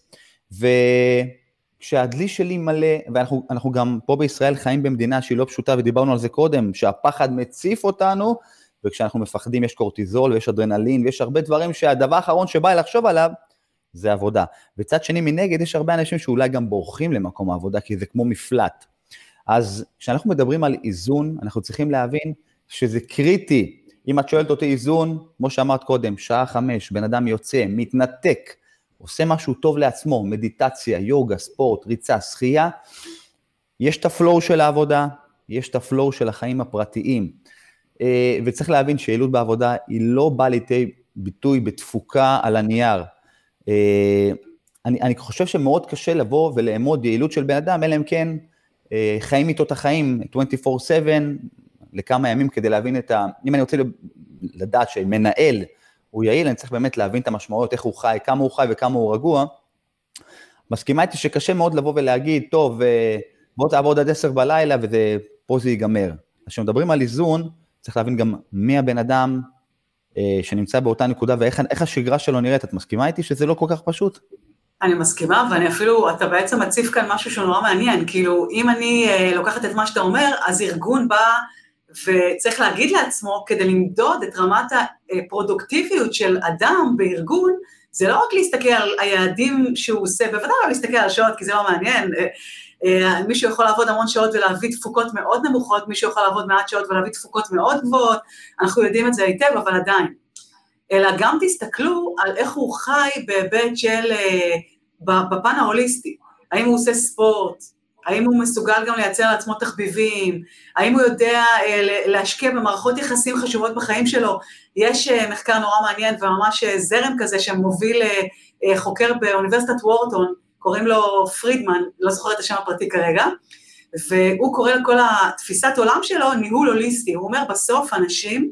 S1: וכשהדלי שלי מלא, ואנחנו גם פה בישראל חיים במדינה שהיא לא פשוטה, ודיברנו על זה קודם, שהפחד מציף אותנו, וכשאנחנו מפחדים יש קורטיזול ויש אדרנלין, ויש הרבה דברים שהדבר האחרון שבא לי לחשוב עליו, זה עבודה. וצד שני מנגד, יש הרבה אנשים שאולי גם בורחים למקום העבודה, כי זה כמו מפלט. אז כשאנחנו מדברים על איזון, אנחנו צריכים להבין שזה קריטי. אם את שואלת אותי איזון, כמו שאמרת קודם, שעה 5, בן אדם יוצא, מתנתק, עושה משהו טוב לעצמו, מדיטציה, יוגה, ספורט, ריצה, שחייה, יש את הפלואו של העבודה, יש את הפלואו של החיים הפרטיים, וצריך להבין שיעילות בעבודה היא לא באה לידי ביטוי בתפוקה על הנייר. אני חושב שמאוד קשה לבוא ולעמוד יעילות של בן אדם, אלא אם כן חיים איתו את החיים 24/7 לכמה ימים כדי להבין אם אני רוצה לדעת שמנהל הוא יעיל, אני צריך באמת להבין את המשמעויות, איך הוא חי, כמה הוא חי וכמה הוא רגוע. מסכימה איתי שקשה מאוד לבוא ולהגיד, טוב, בוא תעבוד עד 10 בלילה ופה זה ייגמר. אז כשמדברים על איזון, צריך להבין גם מי הבן אדם שנמצא באותה נקודה, ואיך השגרה שלו נראית. את מסכימה איתי שזה לא כל כך פשוט?
S2: אני מסכימה, ואני אפילו, אתה בעצם מציף כאן משהו שהוא נורא מעניין, כאילו, אם אני לוקחת את מה שאתה אומר, אז ארגון בא וצריך להגיד לעצמו, כדי למדוד את רמת הפרודוקטיביות של אדם בארגון, זה לא רק להסתכל על היעדים שהוא עושה, בוודאי לא להסתכל על שעות, כי זה לא מעניין, מישהו יכול לעבוד המון שעות ולהביא תפוקות מאוד נמוכות, מישהו יכול לעבוד מעט שעות ולהביא תפוקות מאוד גבוהות, אנחנו יודעים את זה היטב, אבל עדיין. אלא גם תסתכלו על איך הוא חי בהיבט של, בפן ההוליסטי, האם הוא עושה ספורט, האם הוא מסוגל גם לייצר לעצמו תחביבים, האם הוא יודע להשקיע במערכות יחסים חשובות בחיים שלו. יש מחקר נורא מעניין וממש זרם כזה שמוביל חוקר באוניברסיטת וורטון, קוראים לו פרידמן, לא זוכר את השם הפרטי כרגע, והוא קורא לכל התפיסת עולם שלו ניהול הוליסטי. הוא אומר בסוף אנשים,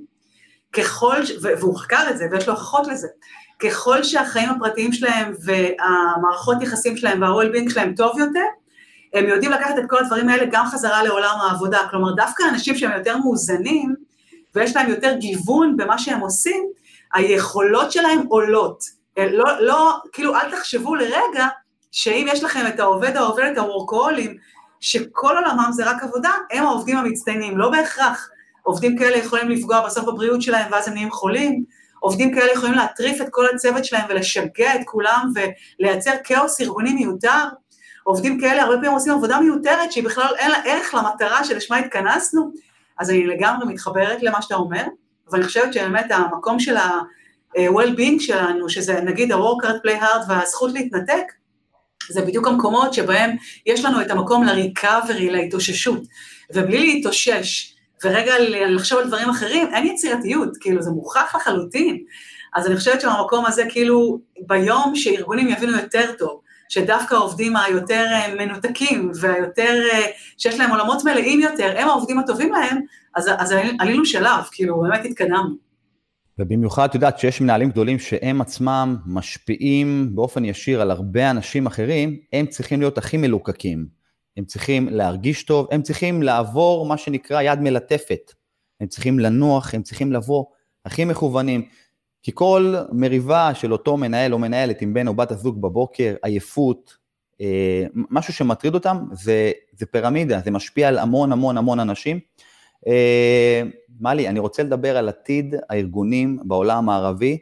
S2: והוא חקר את זה ויש לו הוכחות לזה, ככל שהחיים הפרטיים שלהם והמערכות יחסים שלהם וה-well-being שלהם טוב יותר, הם יודעים לקחת את כל הדברים האלה גם חזרה לעולם העבודה. כלומר, דווקא אנשים שהם יותר מאוזנים, ויש להם יותר גיוון במה שהם עושים, היכולות שלהם עולות. כאילו, אל תחשבו לרגע, שאם יש לכם את העובד או העובדת הוורקהולים, שכל עולמם זה רק עבודה, הם העובדים המצטיינים, לא בהכרח. עובדים כאלה יכולים לפגוע בסוף בבריאות שלהם, ואז הם נהיים חולים. עובדים כאלה יכולים להטריף את כל הצוות שלהם, ולשגע את כולם, ולייצר כאוס ארגוני מיותר. עובדים כאלה הרבה פעמים עושים עבודה מיותרת, שהיא בכלל אין לה ערך למטרה שלשמה התכנסנו, אז אני לגמרי מתחברת למה שאתה אומר, ואני חושבת שבאמת המקום של ה-well-being שלנו, שזה נגיד ה-work hard, play hard והזכות להתנתק, זה בדיוק המקומות שבהם יש לנו את המקום ל-recovery, להתאוששות, ובלי להתאושש, ורגע לחשוב על דברים אחרים, אין יצירתיות, כאילו זה מוכח לחלוטין, אז אני חושבת שבמקום הזה כאילו ביום שארגונים יבינו יותר טוב, שדווקא העובדים היותר מנותקים, והיותר, שיש להם עולמות מלאים יותר, הם העובדים הטובים להם, אז עלינו שלב, כאילו, באמת התקדמנו.
S1: ובמיוחד, את יודעת, שיש מנהלים גדולים שהם עצמם משפיעים באופן ישיר על הרבה אנשים אחרים, הם צריכים להיות הכי מלוקקים, הם צריכים להרגיש טוב, הם צריכים לעבור מה שנקרא יד מלטפת, הם צריכים לנוח, הם צריכים לבוא הכי מכוונים, כי כל מריבה של אותו מנהל או מנהלת עם בן או בת הזוג בבוקר, עייפות, משהו שמטריד אותם, זה פירמידה, זה משפיע על המון המון המון אנשים. מלי, אני רוצה לדבר על עתיד הארגונים בעולם הערבי.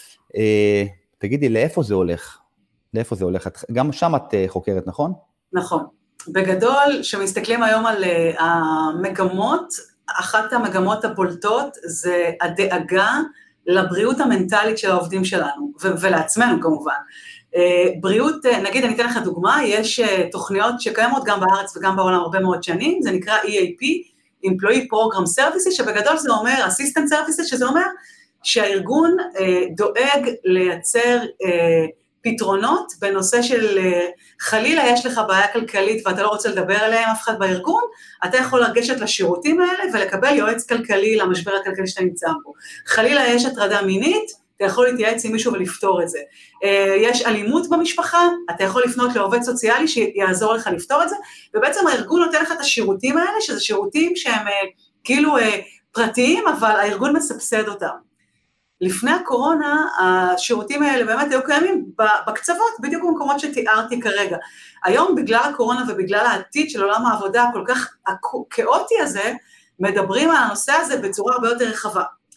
S1: תגידי, לאיפה זה הולך? לאיפה זה הולך? גם שם את חוקרת, נכון?
S2: נכון. בגדול, שמסתכלים היום על המגמות, אחת המגמות הבולטות זה הדאגה לבריאות המנטלית של העובדים שלנו, ולעצמנו כמובן. בריאות, נגיד, אני אתן לך דוגמה, יש תוכניות שקיימות גם בארץ וגם בעולם הרבה מאוד שנים, זה נקרא EAP, Employee Program Services, שבגדול זה אומר, Assistant Services, שזה אומר שהארגון דואג לייצר פתרונות בנושא של חלילה יש לך בעיה כלכלית ואתה לא רוצה לדבר עליהם אף אחד בארגון, אתה יכול לגשת לשירותים האלה ולקבל יועץ כלכלי למשבר הכלכלי שאתה נמצא בו. חלילה יש הטרדה מינית, אתה יכול להתייעץ עם מישהו ולפתור את זה. יש אלימות במשפחה, אתה יכול לפנות לעובד סוציאלי שיעזור לך לפתור את זה, ובעצם הארגון נותן לך את השירותים האלה, שזה שירותים שהם כאילו פרטיים, אבל הארגון מסבסד אותם. לפני הקורונה, השירותים האלה באמת היו קיימים בקצוות, בדיוק במקומות שתיארתי כרגע. היום, בגלל הקורונה ובגלל העתיד של עולם העבודה, כל כך כאוטי הזה, מדברים על הנושא הזה בצורה הרבה יותר רחבה.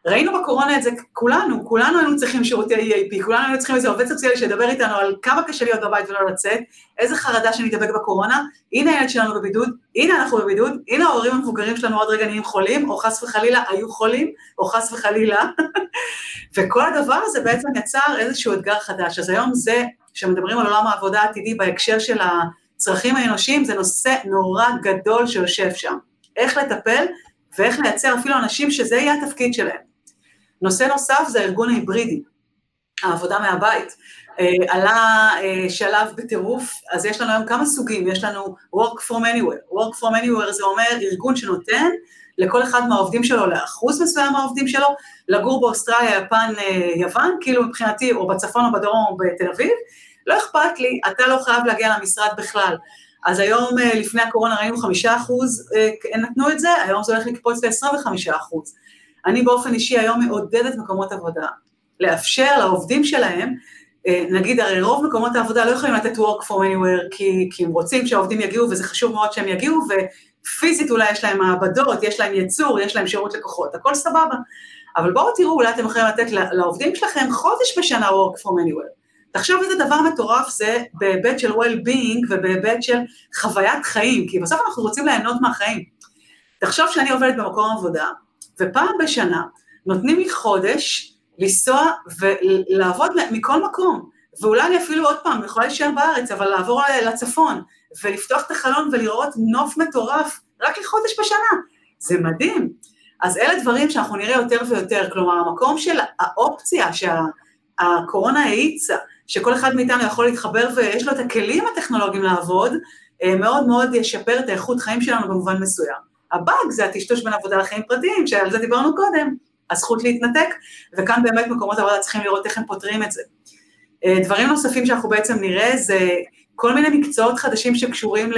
S2: ראינו בקורונה את זה, כולנו היינו צריכים שירותי EAP, כולנו היינו צריכים איזה עובד סוציאלי שידבר איתנו על כמה קשה להיות בבית ולא לצאת, איזה חרדה שנתדבק בקורונה, הנה הילד שלנו בבידוד, הנה אנחנו בבידוד, הנה ההורים המבוגרים שלנו עוד רגע נהיים חולים, או חס וחלילה היו חולים, או חס וחלילה, וכל הדבר הזה בעצם יצר איזשהו אתגר חדש. אז היום זה, שמדברים על עולם העבודה העתידי בהקשר של הצרכים האנושיים, זה נושא נורא גדול שיושב שם. איך לטפל ואיך לייצר אפילו אנשים שזה יהיה התפקיד שלהם. נושא נוסף זה הארגון ההיברידי, העבודה מהבית. עלה שלב בטירוף, אז יש לנו היום כמה סוגים, יש לנו work from anywhere. work from anywhere זה אומר ארגון שנותן לכל אחד מהעובדים שלו, לאחוז מסוים מהעובדים שלו, לגור באוסטרליה, יפן, יוון, כאילו מבחינתי, או בצפון או בדרום או בתל אביב, לא אכפת לי, אתה לא חייב להגיע למשרד בכלל. אז היום לפני הקורונה ראינו 5% נתנו את זה, היום זה הולך לקפוץ ל-25%. אני באופן אישי היום מעודדת מקומות עבודה, לאפשר לעובדים שלהם, נגיד הרי רוב מקומות העבודה לא יכולים לתת work from anywhere, כי הם רוצים שהעובדים יגיעו, וזה חשוב מאוד שהם יגיעו, ופיזית אולי יש להם מעבדות, יש להם ייצור, יש להם שירות לקוחות, הכל סבבה. אבל בואו תראו, אולי אתם יכולים לתת לעובדים שלכם חודש בשנה work from anywhere. תחשוב איזה דבר מטורף זה בהיבט של well-being ובהיבט של חוויית חיים, כי בסוף אנחנו רוצים ליהנות מהחיים. תחשוב שאני עובדת במקום עבודה, ופעם בשנה נותנים לי חודש לנסוע ולעבוד מכל מקום, ואולי אני אפילו עוד פעם יכולה להישאר בארץ, אבל לעבור לצפון, ולפתוח את החלון ולראות נוף מטורף, רק לחודש בשנה, זה מדהים. אז אלה דברים שאנחנו נראה יותר ויותר, כלומר המקום של האופציה שהקורונה האיצה, שכל אחד מאיתנו יכול להתחבר ויש לו את הכלים הטכנולוגיים לעבוד, מאוד מאוד ישפר את האיכות חיים שלנו במובן מסוים. הבאג זה הטשטוש בין עבודה לחיים פרטיים, שעל זה דיברנו קודם, הזכות להתנתק, וכאן באמת מקומות עבודה צריכים לראות איך הם פותרים את זה. דברים נוספים שאנחנו בעצם נראה, זה כל מיני מקצועות חדשים שקשורים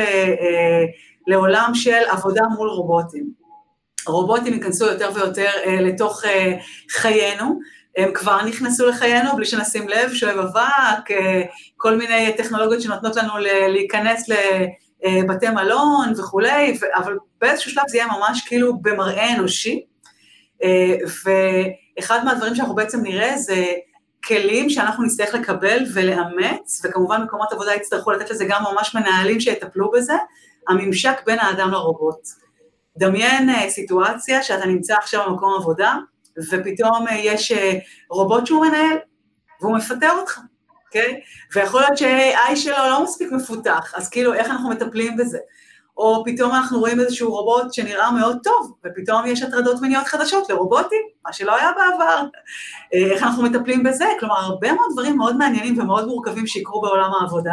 S2: לעולם של עבודה מול רובוטים. רובוטים ייכנסו יותר ויותר לתוך חיינו, הם כבר נכנסו לחיינו בלי שנשים לב, שואב אבק, כל מיני טכנולוגיות שנותנות לנו להיכנס לבתי מלון וכולי, אבל באיזשהו שלב זה יהיה ממש כאילו במראה אנושי, ואחד מהדברים שאנחנו בעצם נראה זה כלים שאנחנו נצטרך לקבל ולאמץ, וכמובן מקומות עבודה יצטרכו לתת לזה גם ממש מנהלים שיטפלו בזה, הממשק בין האדם לרובוט. דמיין סיטואציה שאתה נמצא עכשיו במקום עבודה, ופתאום יש רובוט שהוא מנהל, והוא מפטר אותך, אוקיי? ויכול להיות שה-AI שלו לא מספיק מפותח, אז כאילו איך אנחנו מטפלים בזה? או פתאום אנחנו רואים איזשהו רובוט שנראה מאוד טוב, ופתאום יש הטרדות מיניות חדשות לרובוטים, מה שלא היה בעבר. איך אנחנו מטפלים בזה? כלומר, הרבה מאוד דברים מאוד מעניינים ומאוד מורכבים שיקרו בעולם העבודה.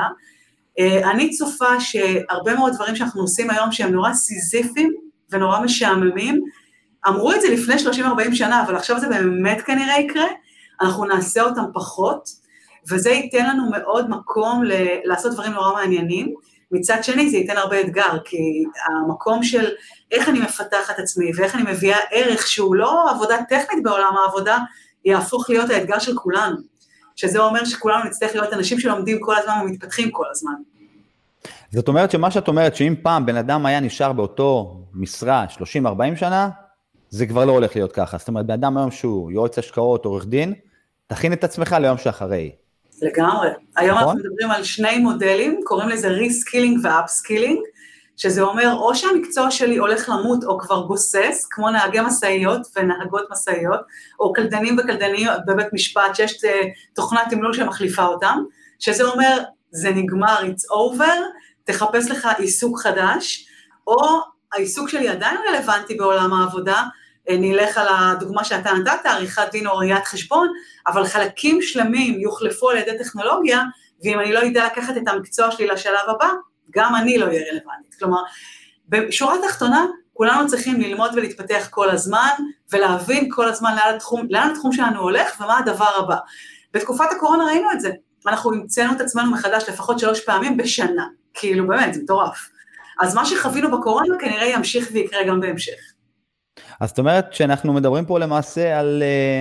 S2: אני צופה שהרבה מאוד דברים שאנחנו עושים היום שהם נורא סיזיפיים ונורא משעממים, אמרו את זה לפני 30-40 שנה, אבל עכשיו זה באמת כנראה יקרה, אנחנו נעשה אותם פחות, וזה ייתן לנו מאוד מקום לעשות דברים נורא מעניינים, מצד שני זה ייתן הרבה אתגר, כי המקום של איך אני מפתחת עצמי, ואיך אני מביאה ערך שהוא לא עבודה טכנית בעולם העבודה, יהפוך להיות האתגר של כולנו, שזה אומר שכולנו נצטרך להיות אנשים שלומדים כל הזמן ומתפתחים כל הזמן.
S1: זאת אומרת שמה שאת אומרת, שאם פעם בן אדם היה נשאר באותו משרה 30-40 שנה, זה כבר לא הולך להיות ככה. זאת אומרת, בן אדם היום שהוא יועץ השקעות, עורך דין, תכין את עצמך ליום שאחרי.
S2: לגמרי. היום אנחנו מדברים על שני מודלים, קוראים לזה ריסקילינג ואפסקילינג, שזה אומר או שהמקצוע שלי הולך למות או כבר גוסס, כמו נהגי מסעיות ונהגות מסעיות, או קלדנים וקלדניות בבית משפט, שיש תוכנת תמלול שמחליפה אותם, שזה אומר, זה נגמר, it's over, תחפש לך עיסוק חדש, או העיסוק שלי עדיין רלוונטי בעולם העבודה, נלך על הדוגמה שאתה נתת, עריכת דין או ראיית חשבון, אבל חלקים שלמים יוחלפו על ידי טכנולוגיה, ואם אני לא יודע לקחת את המקצוע שלי לשלב הבא, גם אני לא אהיה רלוונטית. כלומר, בשורה התחתונה, כולנו צריכים ללמוד ולהתפתח כל הזמן, ולהבין כל הזמן לאן התחום שלנו הולך, ומה הדבר הבא. בתקופת הקורונה ראינו את זה, אנחנו המצאנו את עצמנו מחדש לפחות 3 פעמים בשנה, כאילו באמת, זה מטורף. אז מה שחווינו בקורונה כנראה ימשיך ויקרה גם בהמשך.
S1: אז זאת אומרת שאנחנו מדברים פה למעשה על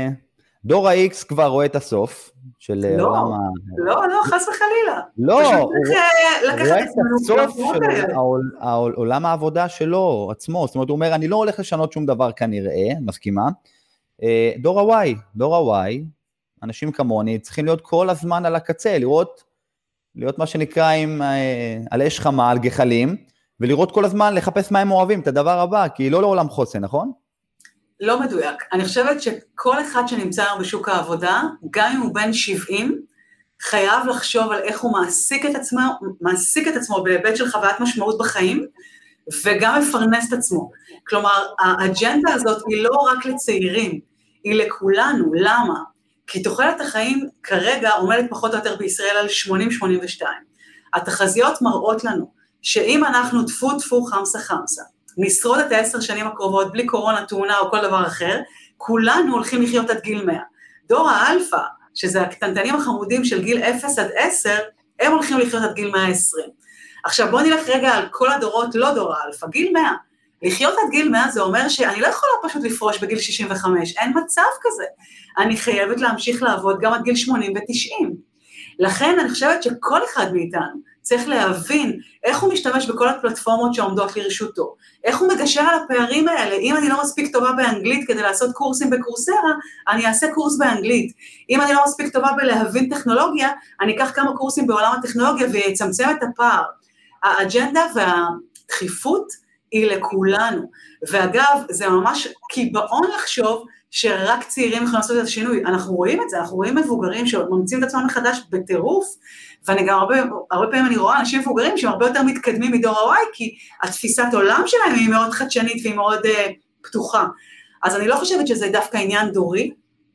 S1: דור ה-X כבר רואה את הסוף של עולם ה...
S2: לא, חס וחלילה.
S1: לא, הוא רואה את הסוף של עולם העבודה שלו עצמו, זאת אומרת הוא אומר אני לא הולך לשנות שום דבר כנראה, מסכימה, דור ה-Y, אנשים כמוני, צריכים להיות כל הזמן על הקצה, להיות מה שנקרא על אש חמה, על גחלים, ולראות כל הזמן, לחפש מה הם אוהבים, את הדבר הבא, כי לא לעולם חוסן, נכון?
S2: לא מדויק. אני חושבת שכל אחד שנמצא בשוק העבודה, גם אם הוא בן 70, חייב לחשוב על איך הוא מעסיק את עצמו בהיבט של חוויית משמעות בחיים, וגם מפרנס את עצמו. כלומר, האג'נדה הזאת היא לא רק לצעירים, היא לכולנו. למה? כי תוחלת החיים כרגע עומדת פחות או יותר בישראל על 80-82. התחזיות מראות לנו שאם אנחנו טפו חמסה, נשרוד את 10 שנים הקרובות בלי קורונה, תאונה או כל דבר אחר, כולנו הולכים לחיות עד גיל 100. דור האלפא, שזה הקטנטנים החמודים של גיל 0 עד 10, הם הולכים לחיות עד גיל 120. עכשיו בואו נלך רגע על כל הדורות, לא דור האלפא, גיל 100. לחיות עד גיל 100 זה אומר שאני לא יכולה פשוט לפרוש בגיל 65, אין מצב כזה. אני חייבת להמשיך לעבוד גם עד גיל 80 ו-90. לכן אני חושבת שכל אחד מאיתנו צריך להבין איך הוא משתמש בכל הפלטפורמות שעומדות לרשותו, איך הוא מגשר על הפערים האלה. אם אני לא מספיק טובה באנגלית כדי לעשות קורסים בקורסרה, אני אעשה קורס באנגלית. אם אני לא מספיק טובה בלהבין טכנולוגיה, אני אקח כמה קורסים בעולם הטכנולוגיה ויצמצם את הפער. האג'נדה והדחיפות היא לכולנו. ואגב, זה ממש קיבעון לחשוב שרק צעירים יכולים לעשות את השינוי. אנחנו רואים את זה, אנחנו רואים מבוגרים שממציאים את עצמם מחדש בטירוף, ואני גם הרבה פעמים אני רואה אנשים מבוגרים שהם הרבה יותר מתקדמים מדור ה-Y, כי התפיסת עולם שלהם היא מאוד חדשנית והיא מאוד פתוחה. אז אני לא חושבת שזה דווקא עניין דורי,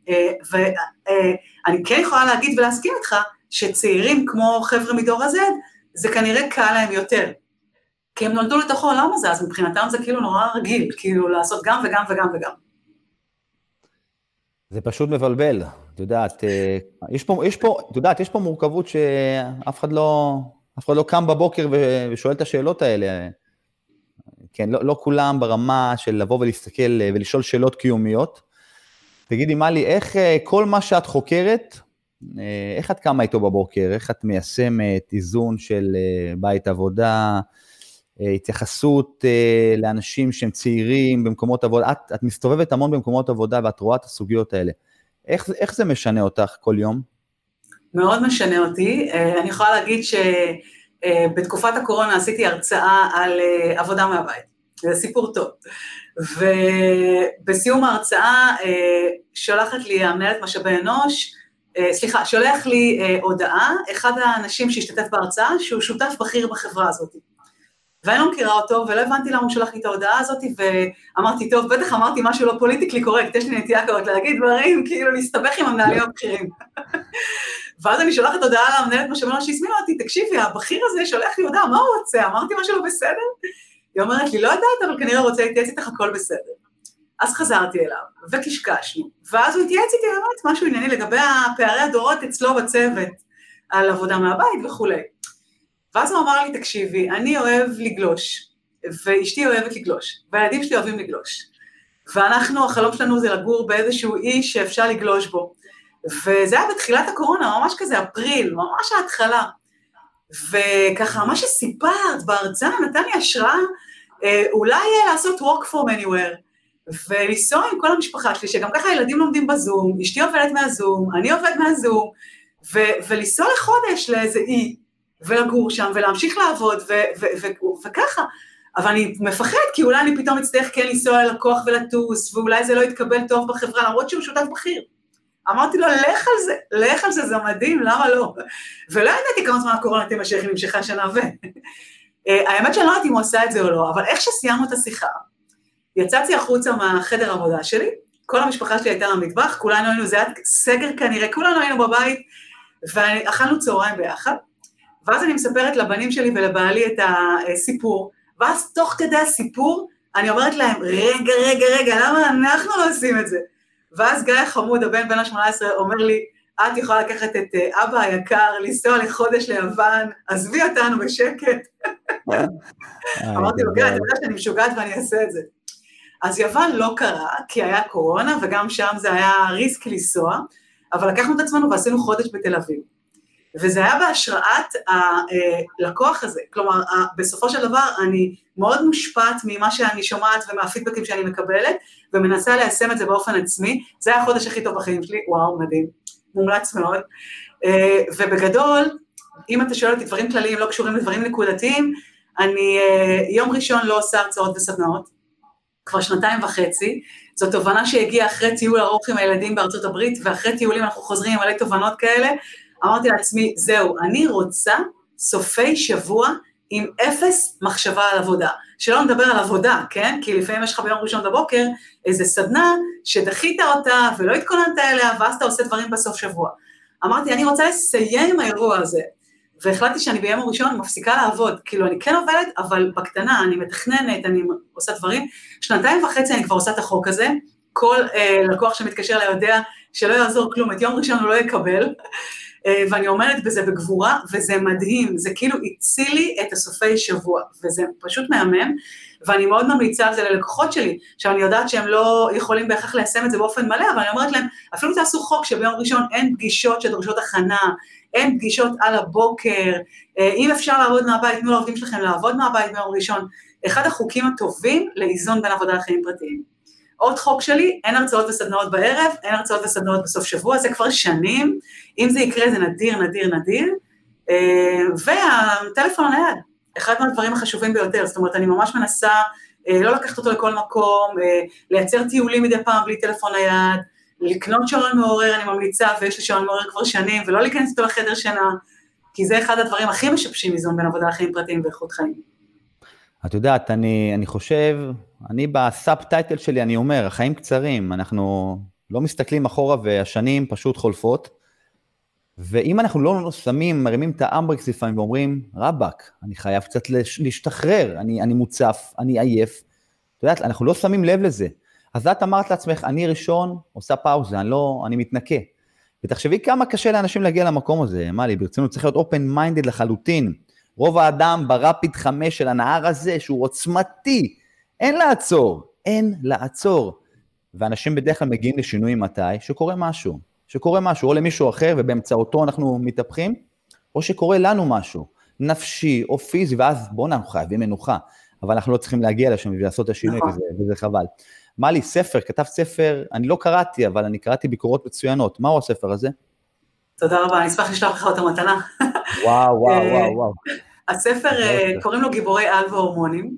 S2: ואני כן יכולה להגיד ולהסכים איתך, שצעירים כמו חבר'ה מדור ה-Z, זה כנראה קל להם יותר. כי הם נולדו לתוך העולם הזה, אז מבחינתם זה כאילו נורא רגיל, כאילו לעשות גם וגם וגם וגם.
S1: זה פשוט מבלבל, את יודעת, יש פה מורכבות שאף אחד לא קם בבוקר ושואל את השאלות האלה, כן, לא כולם ברמה של לבוא ולהסתכל ולשאול שאלות קיומיות. תגידי, מלי, איך כל מה שאת חוקרת, איך את קמה איתו בבוקר, איך את מיישמת איזון של בית עבודה, התייחסות לאנשים שהם צעירים במקומות עבודה, את מסתובבת המון במקומות עבודה ואת רואה את הסוגיות האלה. איך זה משנה אותך כל יום?
S2: מאוד משנה אותי. אני יכולה להגיד שבתקופת הקורונה עשיתי הרצאה על עבודה מהבית. זה סיפור טוב. ובסיום ההרצאה שולחת לי המנהלת משאבי אנוש, שולח לי הודעה, אחד האנשים שהשתתף בהרצאה, שהוא שותף בכיר בחברה הזאת. ואני לא מכירה אותו, ולא הבנתי למה הוא שלח לי את ההודעה הזאת, ואמרתי, טוב, בטח אמרתי משהו לא פוליטיקלי קורקט, יש לי נטייה כזאת להגיד דברים, כאילו להסתבך עם המנהלים הבכירים. ואז אני שולחת הודעה למנהלת משאבי אנוש שהזמינה אותי, תקשיבי, הבכיר הזה שולח לי הודעה, מה הוא רוצה? אמרתי משהו לא בסדר? היא אומרת לי, לא יודעת, אבל כנראה רוצה להתייעץ איתך הכל בסדר. אז חזרתי אליו, וקשקשנו, ואז הוא התייעץ איתי באמת משהו ענייני לגבי הפערי הדורות אצלו בצוות, על עבודה מהבית וכו'. ואז הוא אמר לי, תקשיבי, אני אוהב לגלוש, ואשתי אוהבת לגלוש, והילדים שלי אוהבים לגלוש. ואנחנו, החלום שלנו זה לגור באיזשהו אי שאפשר לגלוש בו. וזה היה בתחילת הקורונה, ממש כזה אפריל, ממש ההתחלה. וככה, מה שסיפרת בהרצאה נתן לי השראה, אולי לעשות work from anywhere, ולנסוע עם כל המשפחה שלי, שגם ככה הילדים לומדים בזום, אשתי עובדת מהזום, אני עובד מהזום, ולנסוע לחודש לאיזה אי, ולגור שם, ולהמשיך לעבוד, וככה. אבל אני מפחד, כי אולי אני פתאום אצטרך כן לנסוע ללקוח ולטוס, ואולי זה לא יתקבל טוב בחברה, למרות שהוא שותף בכיר. אמרתי לו, לך על זה, זה מדהים, למה לא? ולא ידעתי כמה זמן הקורונה תימשך, היא נמשכה שנה האמת שאני לא יודעת אם הוא עשה את זה או לא, אבל איך שסיימנו את השיחה, יצאתי החוצה מהחדר העבודה שלי, כל המשפחה שלי הייתה במטבח, כולנו היינו, זה היה סגר כנראה, כולנו היינו בבית, ואכלנו צהריים ביחד, ואז אני מספרת לבנים שלי ולבעלי את הסיפור, ואז תוך כדי הסיפור, אני אומרת להם, רגע, למה אנחנו לא עושים את זה? ואז גיא חמוד, הבן ה-18, אומר לי, את יכולה לקחת את אבא היקר, לנסוע לחודש ליוון, עזבי אותנו בשקט. אמרתי לו, גיא, אתה יודע שאני משוגעת ואני אעשה את זה. אז יוון לא קרה, כי היה קורונה, וגם שם זה היה ריסק לנסוע, אבל לקחנו את עצמנו ועשינו חודש בתל אביב. וזה היה בהשראת הלקוח הזה, כלומר, בסופו של דבר אני מאוד מושפעת ממה שאני שומעת ומהפידבקים שאני מקבלת, ומנסה ליישם את זה באופן עצמי, זה היה החודש הכי טוב בחיים שלי, וואו, מדהים, מומלץ מאוד, ובגדול, אם אתה שואל אותי דברים כלליים לא קשורים לדברים נקודתיים, אני יום ראשון לא עושה הרצאות וסדנאות, כבר 2.5 שנים, זו תובנה שהגיעה אחרי טיול ארוך עם הילדים בארצות הברית, ואחרי טיולים אנחנו חוזרים עם מלא תובנות כאלה, אמרתי לעצמי, זהו, אני רוצה סופי שבוע עם 0 מחשבה על עבודה, שלא נדבר על עבודה, כן? כי לפעמים יש לך ביום ראשון בבוקר איזו סדנה שדחית אותה ולא התכוננת אליה, ואז אתה עושה דברים בסוף שבוע. אמרתי, אני רוצה לסיים עם האירוע הזה, והחלטתי שאני ביום הראשון מפסיקה לעבוד, כאילו אני כן עובדת, אבל בקטנה, אני מתכננת, אני עושה דברים, 2.5 אני כבר עושה את החוק הזה, כל לקוח שמתקשר לה יודע שלא יעזור כלום, את יום ראשון הוא לא יקבל, ואני עומדת בזה בגבורה, וזה מדהים, זה כאילו הציל לי את הסופי שבוע, וזה פשוט מהמם, ואני מאוד ממליצה על זה ללקוחות שלי, שאני יודעת שהם לא יכולים בהכרח ליישם את זה באופן מלא, אבל אני אומרת להם, אפילו תעשו חוק שביום ראשון אין פגישות שדורשות הכנה, אין פגישות על הבוקר, אם אפשר לעבוד מהבית, תנו לעובדים שלכם לעבוד מהבית ביום ראשון, אחד החוקים הטובים לאיזון בין עבודה לחיים פרטיים. עוד חוק שלי, אין הרצאות וסדנאות בערב, אין הרצאות וסדנאות בסוף שבוע, זה כבר שנים, אם זה יקרה זה נדיר, נדיר, נדיר, והטלפון הנייד, אחד מהדברים החשובים ביותר, זאת אומרת, אני ממש מנסה לא לקחת אותו לכל מקום, לייצר טיולים מדי פעם בלי טלפון נייד, לקנות שעון מעורר, אני ממליצה, ויש לי שעון מעורר כבר שנים, ולא להיכנס אותו לחדר שינה, כי זה אחד הדברים הכי משבשים איזון בין עבודה לחיים פרטיים ואיכות חיים.
S1: את יודעת, אני חושב, אני בסאב-טייטל שלי, אני אומר, החיים קצרים, אנחנו לא מסתכלים אחורה והשנים פשוט חולפות, ואם אנחנו לא שמים, מרימים את האמברקס לפעמים ואומרים, רבק, אני חייב קצת להשתחרר, אני מוצף, אני עייף, את יודעת, אנחנו לא שמים לב לזה. אז את אמרת לעצמך, אני ראשון, עושה פאוזה, אני מתנקה. ותחשבי כמה קשה לאנשים להגיע למקום הזה, מה לי, ברצינות צריך להיות open-minded לחלוטין. רוב האדם ברפיד 5 של הנהר הזה, שהוא עוצמתי, אין לעצור. ואנשים בדרך כלל מגיעים לשינוי מתי, שקורה משהו, או למישהו אחר, ובאמצעותו אנחנו מתהפכים, או שקורה לנו משהו, נפשי או פיזי, ואז בואו אנחנו חייבים מנוחה, אבל אנחנו לא צריכים להגיע לשם ולעשות את השינוי, וזה חבל. מה לי, כתב ספר, אני לא קראתי, אבל אני קראתי ביקורות מצוינות, מהו הספר הזה?
S2: תודה רבה, אני אשמח לשלוח לך אותה מתנה.
S1: וואו.
S2: הספר קוראים לו גיבורי על והורמונים,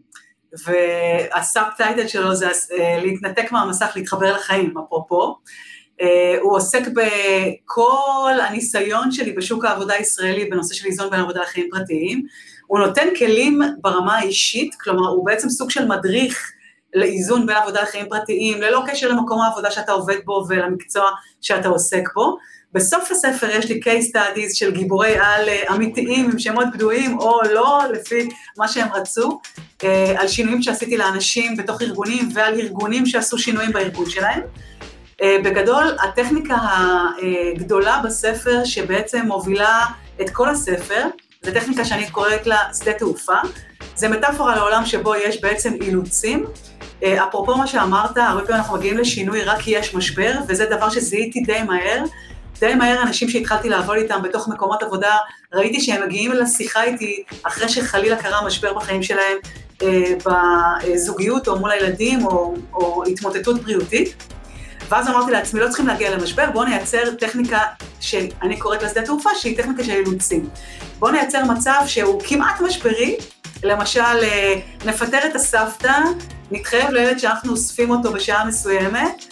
S2: והסאב-טייטל שלו זה להתנתק מהמסך, להתחבר לחיים, אפרופו. הוא עוסק בכל הניסיון שלי בשוק העבודה הישראלי, בנושא של איזון בין עבודה לחיים פרטיים. הוא נותן כלים ברמה האישית, כלומר הוא בעצם סוג של מדריך לאיזון בין עבודה לחיים פרטיים, ללא קשר למקום העבודה שאתה עובד בו ולמקצוע שאתה עוסק בו. בסוף הספר יש לי case studies של גיבורי על אמיתיים עם שמות בדויים או לא, לפי מה שהם רצו, על שינויים שעשיתי לאנשים בתוך ארגונים ועל ארגונים שעשו שינויים בארגון שלהם. בגדול, הטכניקה הגדולה בספר שבעצם מובילה את כל הספר, זו טכניקה שאני קוראת לה שדה תעופה, זה מטאפורה לעולם שבו יש בעצם אילוצים, אפרופו מה שאמרת, הרבה פעמים אנחנו מגיעים לשינוי רק כי יש משבר, וזה דבר שזיהיתי די מהר אנשים שהתחלתי לעבוד איתם בתוך מקומות עבודה, ראיתי שהם מגיעים לשיחה איתי אחרי שחלילה קרה משבר בחיים שלהם, בזוגיות או מול הילדים או התמוטטות בריאותית, ואז אמרתי לעצמי, לא צריכים להגיע למשבר, בואו נייצר טכניקה שאני קוראת לשדה תעופה, שהיא טכניקה של אילוצים. בואו נייצר מצב שהוא כמעט משברי, למשל, נפטר את הסבתא, נתחייב לילד שאנחנו אוספים אותו בשעה מסוימת,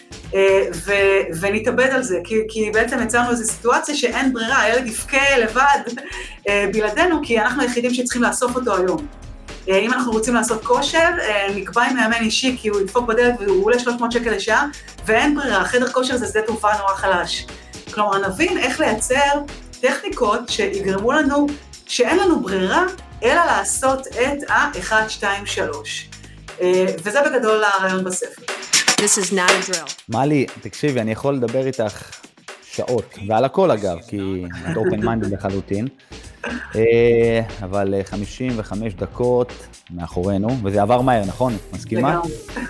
S2: ונתאבד על זה, כי בעצם יצרנו איזו סיטואציה שאין ברירה, הילד יפקה לבד בלעדינו, כי אנחנו היחידים שצריכים לאסוף אותו היום. אם אנחנו רוצים לעשות כושר, נקבע עם מאמן אישי, כי הוא ידפוק בדלת והוא עולה 300 שקל לשעה, ואין ברירה, חדר כושר זה שדה תעופה נורא חלש. כלומר, נבין איך לייצר טכניקות שיגרמו לנו, שאין לנו ברירה, אלא לעשות את ה-1, 2, 3. וזה בגדול הרעיון בספר.
S3: This is not a drill.
S1: מלי, תקשיבי, אני יכול לדבר איתך שעות, ועל הכל אגב, כי את open minded לחלוטין, אבל 55 דקות מאחורינו, וזה עבר מהר, נכון? מסכימה?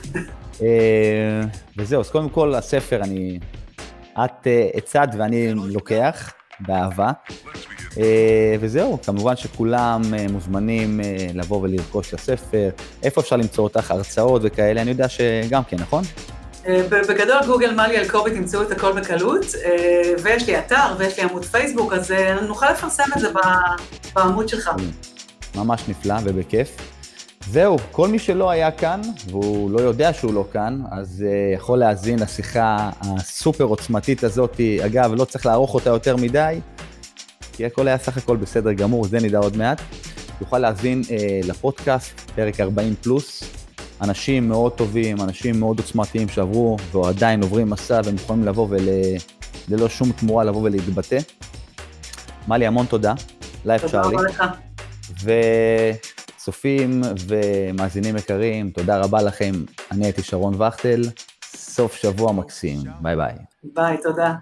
S1: וזהו, אז קודם כל הספר, את הצד ואני לוקח באהבה, וזהו, כמובן שכולם מוזמנים לבוא ולרכוש את הספר. איפה אפשר למצוא אותך, הרצאות וכאלה? אני יודע שגם כן, נכון?
S2: בגדול גוגל מלי אלקובי תמצאו את הכל בקלות, ויש לי אתר ויש לי עמוד פייסבוק, אז נוכל לפרסם את זה בעמוד שלך.
S1: ממש נפלא ובכיף. זהו, כל מי שלא היה כאן, והוא לא יודע שהוא לא כאן, אז יכול להאזין לשיחה הסופר עוצמתית הזאת. אגב, לא צריך לערוך אותה יותר מדי, כי הכל היה סך הכל בסדר גמור, זה נדע עוד מעט. יוכל להאזין לפודקאסט, פרק 40 פלוס, אנשים מאוד טובים, אנשים מאוד עוצמתיים שעברו, ועדיין עוברים מסע, והם יכולים לבוא וללא שום תמורה לבוא ולהתבטא. מלי, המון תודה. לייב צ'רלי.
S2: תודה רבה לך.
S1: וצופים ומאזינים יקרים, תודה רבה לכם. אני הייתי שרון וכטל, סוף שבוע מקסים. ביי ביי.
S2: ביי, תודה.